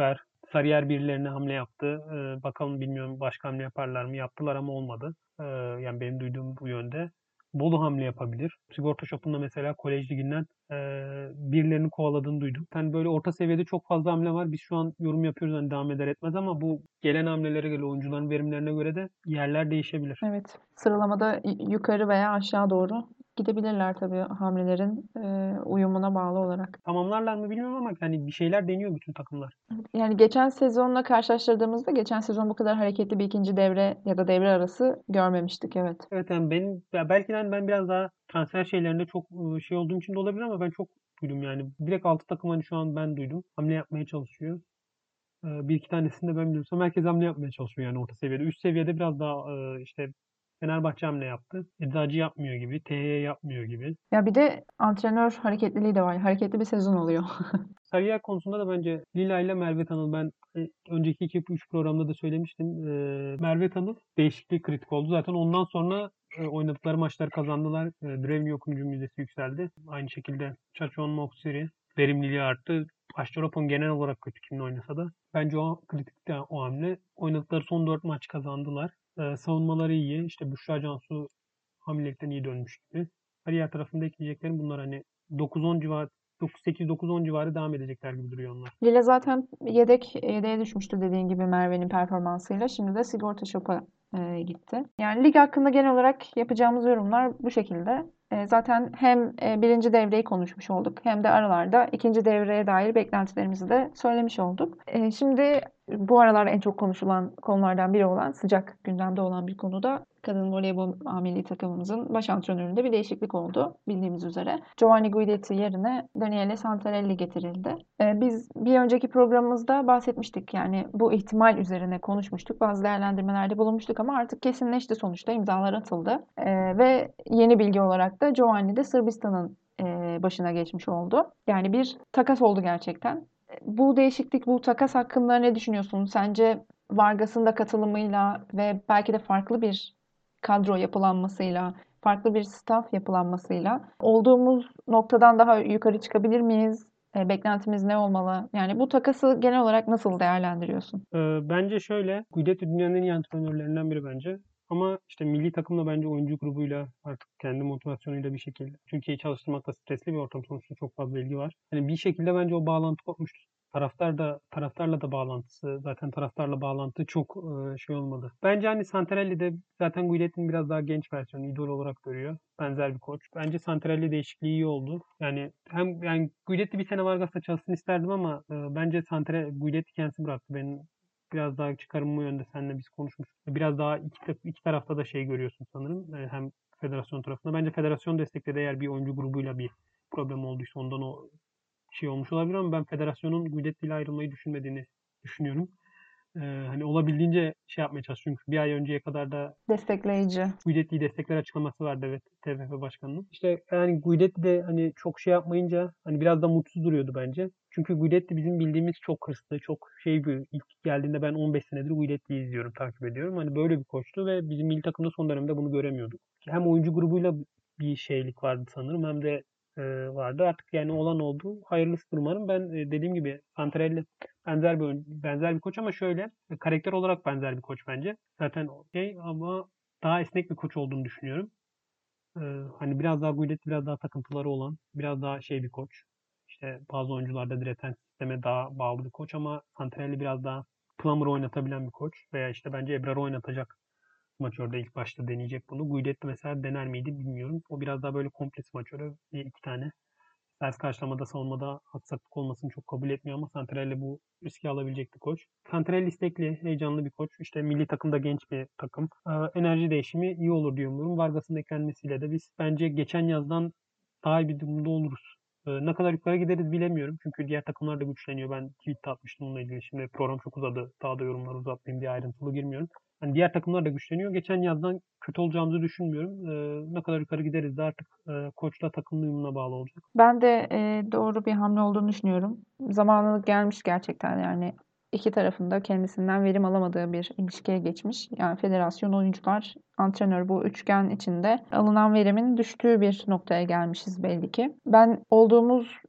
Sarıyer birilerine hamle yaptı. Ee, bakalım bilmiyorum başka hamle yaparlar mı? Yaptılar ama olmadı. Ee, yani benim duyduğum bu yönde. Bolu hamle yapabilir. Sigorta Shop'unda mesela Kolej Ligi'nden e, birilerini kovaladığını duydum. Yani böyle orta seviyede çok fazla hamle var. Biz şu an yorum yapıyoruz hani devam eder etmez ama bu gelen hamlelere göre oyuncuların verimlerine göre de yerler değişebilir. Evet. Sıralamada y- yukarı veya aşağı doğru gidebilirler tabii hamlelerin e, uyumuna bağlı olarak. Tamamlarlar mı bilmiyorum ama yani bir şeyler deniyor bütün takımlar. Yani geçen sezonla karşılaştırdığımızda geçen sezon bu kadar hareketli bir ikinci devre ya da devre arası görmemiştik. Evet. Evet yani benim ya belki de hani ben biraz daha transfer şeylerinde çok ıı, şey olduğum için de olabilir ama ben çok duydum yani. Direkt altı takım hani şu an ben duydum. Hamle yapmaya çalışıyor. Ee, Bir iki tanesini de ben biliyorsam herkes hamle yapmaya çalışıyor yani orta seviyede. Üst seviyede biraz daha ıı, işte Fenerbahçe hamle yaptı. Eczacı yapmıyor gibi. T Y yapmıyor gibi. Ya bir de antrenör hareketliliği de var. Hareketli bir sezon oluyor. Sarıyer konusunda da bence Lila ile Merve Tanıl ben e, önceki iki üç programda da söylemiştim. Ee, Merve Tanıl değişikliği kritik oldu. Zaten ondan sonra e, oynadıkları maçlar kazandılar. E, Drevni okuyucu müzdesi yükseldi. Aynı şekilde Çaçon Moksiri verimliliği arttı. Aşçoropon genel olarak kötü kimle oynasa da. Bence o kritikti o hamle. Oynadıkları son dört maç kazandılar. E, savunmaları iyi. İşte Büşra Cansu hamilelikten iyi dönmüş gibi. Diğer tarafında ekleyeceklerim bunlar hani dokuz on civarı dokuz sekiz dokuz on civarı devam edecekler gibi duruyor onlar. Lille zaten yedek yedeğe düşmüştü dediğin gibi Merve'nin performansıyla. Şimdi de Sigorta Shop'a e, gitti. Yani lig hakkında genel olarak yapacağımız yorumlar bu şekilde. E, zaten hem e, birinci devreyi konuşmuş olduk hem de aralarda ikinci devreye dair beklentilerimizi de söylemiş olduk. E, şimdi bu aralar en çok konuşulan konulardan biri olan sıcak gündemde olan bir konuda kadın voleybol A milli takımımızın baş antrenöründe bir değişiklik oldu bildiğimiz üzere. Giovanni Guidetti yerine Daniele Santarelli getirildi. Ee, Biz bir önceki programımızda bahsetmiştik yani bu ihtimal üzerine konuşmuştuk. Bazı değerlendirmelerde bulunmuştuk ama artık kesinleşti sonuçta imzalar atıldı. Ee, ve yeni bilgi olarak da Giovanni de Sırbistan'ın e, başına geçmiş oldu. Yani bir takas oldu gerçekten. Bu değişiklik, bu takas hakkında ne düşünüyorsun? Sence Vargas'ın da katılımıyla ve belki de farklı bir kadro yapılanmasıyla, farklı bir staff yapılanmasıyla olduğumuz noktadan daha yukarı çıkabilir miyiz? E, beklentimiz ne olmalı? Yani bu takası genel olarak nasıl değerlendiriyorsun? Ee, bence şöyle, Guidetti dünyanın en iyi antrenörlerinden biri bence. Ama işte milli takımla bence oyuncu grubuyla artık kendi motivasyonuyla bir şekilde. Türkiye'yi çalıştırmakta stresli bir ortam sonuçta çok fazla ilgi var. Yani bir şekilde bence o bağlantı kopmuştu. Taraftar da taraftarla da bağlantısı zaten taraftarla bağlantı çok e, şey olmadı. Bence hani Santarelli de zaten Guidetti'nin biraz daha genç versiyonu idol olarak görüyor. Benzer bir koç. Bence Santarelli değişikliği iyi oldu. Yani hem yani Guidetti bir sene Vargas'la çalışsın isterdim ama e, bence Santarelli Guidetti kendisi bıraktı. Benim biraz daha çıkarım bu yönde seninle biz konuşmuştuk. Biraz daha iki, iki tarafta da şey görüyorsun sanırım. E, hem federasyon tarafında. Bence federasyon destekledi eğer bir oyuncu grubuyla bir problem olduysa ondan o şey olmuş olabilir ama ben federasyonun Guidetti ile ayrılmayı düşünmediğini düşünüyorum. Ee, hani olabildiğince şey yapmaya çalışıyorum. Çünkü bir ay önceye kadar da Destekleyici. Guidetti'yi destekler açıklaması vardı evet T F F başkanının. İşte yani Guidetti de hani çok şey yapmayınca hani biraz da mutsuz duruyordu bence. Çünkü Guidetti bizim bildiğimiz çok hırslı, çok şey bir ilk geldiğinde ben on beş senedir Guidetti'yi izliyorum, takip ediyorum. Hani böyle bir koçtu ve bizim milli takımda son dönemde bunu göremiyorduk. Hem oyuncu grubuyla bir şeylik vardı sanırım hem de e, vardı. Artık yani olan oldu. Hayırlısı umarım. Ben e, dediğim gibi Santarelli benzer bir oyun- benzer bir koç ama şöyle e, karakter olarak benzer bir koç bence. Zaten şey ama daha esnek bir koç olduğunu düşünüyorum. Ee, hani biraz daha Guidetti biraz daha takıntıları olan, biraz daha şey bir koç. İşte bazı oyuncularda direten sisteme daha bağlı bir koç ama Santarelli biraz daha Plummer oynatabilen bir koç. Veya işte bence Ebrar'ı oynatacak smaçörde ilk başta deneyecek bunu. Guidetti mesela dener miydi bilmiyorum. O biraz daha böyle komple smaçörü iki tane. Ters karşılamada savunmada aksaklık olmasını çok kabul etmiyor ama Santarelli bu riski alabilecek bir koç. Santarelli istekli, heyecanlı bir koç. İşte milli takımda genç bir takım. Ee, enerji değişimi iyi olur diye umuyorum. Vargas'ın eklenmesiyle de biz bence geçen yazdan daha iyi bir durumda oluruz. Ee, ne kadar yukarı gideriz bilemiyorum. Çünkü diğer takımlar da güçleniyor. Ben tweet atmıştım bununla ilgili. Şimdi program çok uzadı. Daha da yorumları uzatmayayım diye ayrıntılı girmiyorum. Hani diğer takımlar da güçleniyor. Geçen yazdan kötü olacağımızı düşünmüyorum. Ee, ne kadar yukarı gideriz de artık e, koçla takım uyumuna bağlı olacak. Ben de e, doğru bir hamle olduğunu düşünüyorum. Zamanı gelmiş gerçekten yani iki tarafında kendisinden verim alamadığı bir ilişkiye geçmiş. Yani federasyon, oyuncular, antrenör bu üçgen içinde alınan verimin düştüğü bir noktaya gelmişiz belli ki. Ben olduğumuz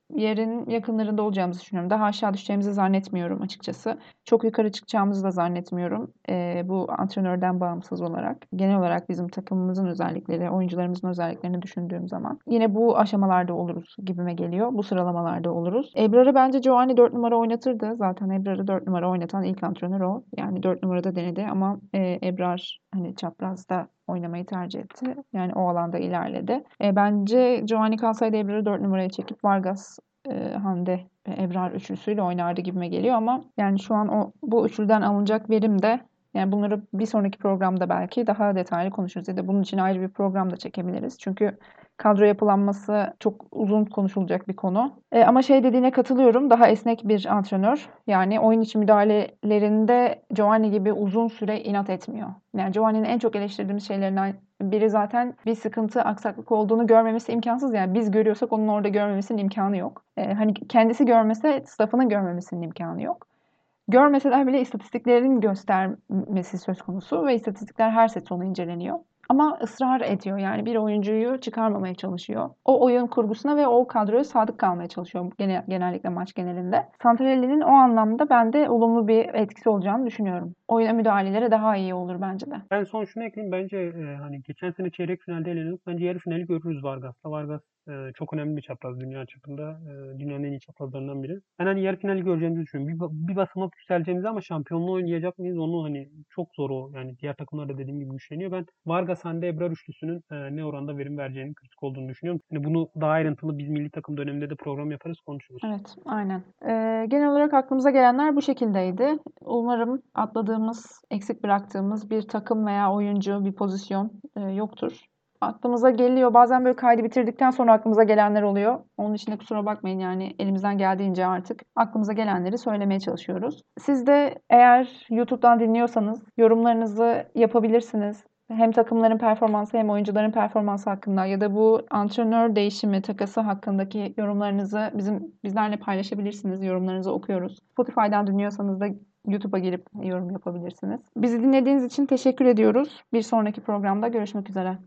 yerin yakınlarında olacağımızı düşünüyorum. Daha aşağı düşeceğimizi zannetmiyorum açıkçası. Çok yukarı çıkacağımızı da zannetmiyorum. Ee, bu antrenörden bağımsız olarak. Genel olarak bizim takımımızın özellikleri, oyuncularımızın özelliklerini düşündüğüm zaman. Yine bu aşamalarda oluruz gibime geliyor. Bu sıralamalarda oluruz. Ebrar'ı bence Giovanni dört numara oynatırdı. Zaten Ebrar'ı dört numara oynatan ilk antrenör o. Yani dört numarada denedi ama e, Ebrar hani çaprazda oynamayı tercih etti. Yani o alanda ilerledi. E, bence Giovanni kalsaydı Ebrar'ı dört numaraya çekip Vargas, e, Hande ve Ebrar üçlüsüyle oynardı gibime geliyor ama yani şu an o bu üçlüden alınacak verim de yani bunları bir sonraki programda belki daha detaylı konuşuruz ya da bunun için ayrı bir program da çekebiliriz. Çünkü kadro yapılanması çok uzun konuşulacak bir konu. E, ama şey dediğine katılıyorum. Daha esnek bir antrenör. Yani oyun içi müdahalelerinde Giovanni gibi uzun süre inat etmiyor. Yani Giovanni'nin en çok eleştirdiğimiz şeylerinden biri zaten bir sıkıntı, aksaklık olduğunu görmemesi imkansız. Yani biz görüyorsak onun orada görmemesinin imkanı yok. E, hani kendisi görmese staff'ının görmemesinin imkanı yok. Görmeseler bile istatistiklerin göstermesi söz konusu ve istatistikler her set sonu inceleniyor. Ama ısrar ediyor yani bir oyuncuyu çıkarmamaya çalışıyor. O oyun kurgusuna ve o kadroya sadık kalmaya çalışıyor genellikle maç genelinde. Santarelli'nin o anlamda ben de olumlu bir etkisi olacağını düşünüyorum. Oyuna müdahaleleri daha iyi olur bence de. Ben son şunu ekleyeyim. Bence e, hani geçen sene çeyrek finalde eleniyorduk. Bence yarı finali görürüz Vargas'ta. Vargas e, çok önemli bir çapraz dünya çapında. E, dünyanın en iyi çaprazlarından biri. Ben hani yarı finali göreceğimizi düşünüyorum. Bir, ba- bir basamak yükseleceğimizi ama şampiyonluğu oynayacak mıyız? Onu hani çok zor o. Yani diğer takımlar da dediğim gibi güçleniyor. Ben Vargas, Hande, Ebrar üçlüsünün e, ne oranda verim vereceğinin kritik olduğunu düşünüyorum. Hani bunu daha ayrıntılı biz milli takım döneminde de program yaparız, konuşuruz. Evet, aynen. Ee, genel olarak aklımıza gelenler bu şekildeydi. Umarım atladığımız, eksik bıraktığımız bir takım veya oyuncu, bir pozisyon e, yoktur. Aklımıza geliyor. Bazen böyle kaydı bitirdikten sonra aklımıza gelenler oluyor. Onun için de kusura bakmayın yani elimizden geldiğince artık aklımıza gelenleri söylemeye çalışıyoruz. Siz de eğer YouTube'dan dinliyorsanız yorumlarınızı yapabilirsiniz. Hem takımların performansı hem oyuncuların performansı hakkında ya da bu antrenör değişimi, takası hakkındaki yorumlarınızı bizim bizlerle paylaşabilirsiniz. Yorumlarınızı okuyoruz. Spotify'dan dinliyorsanız da YouTube'a gelip yorum yapabilirsiniz. Bizi dinlediğiniz için teşekkür ediyoruz. Bir sonraki programda görüşmek üzere.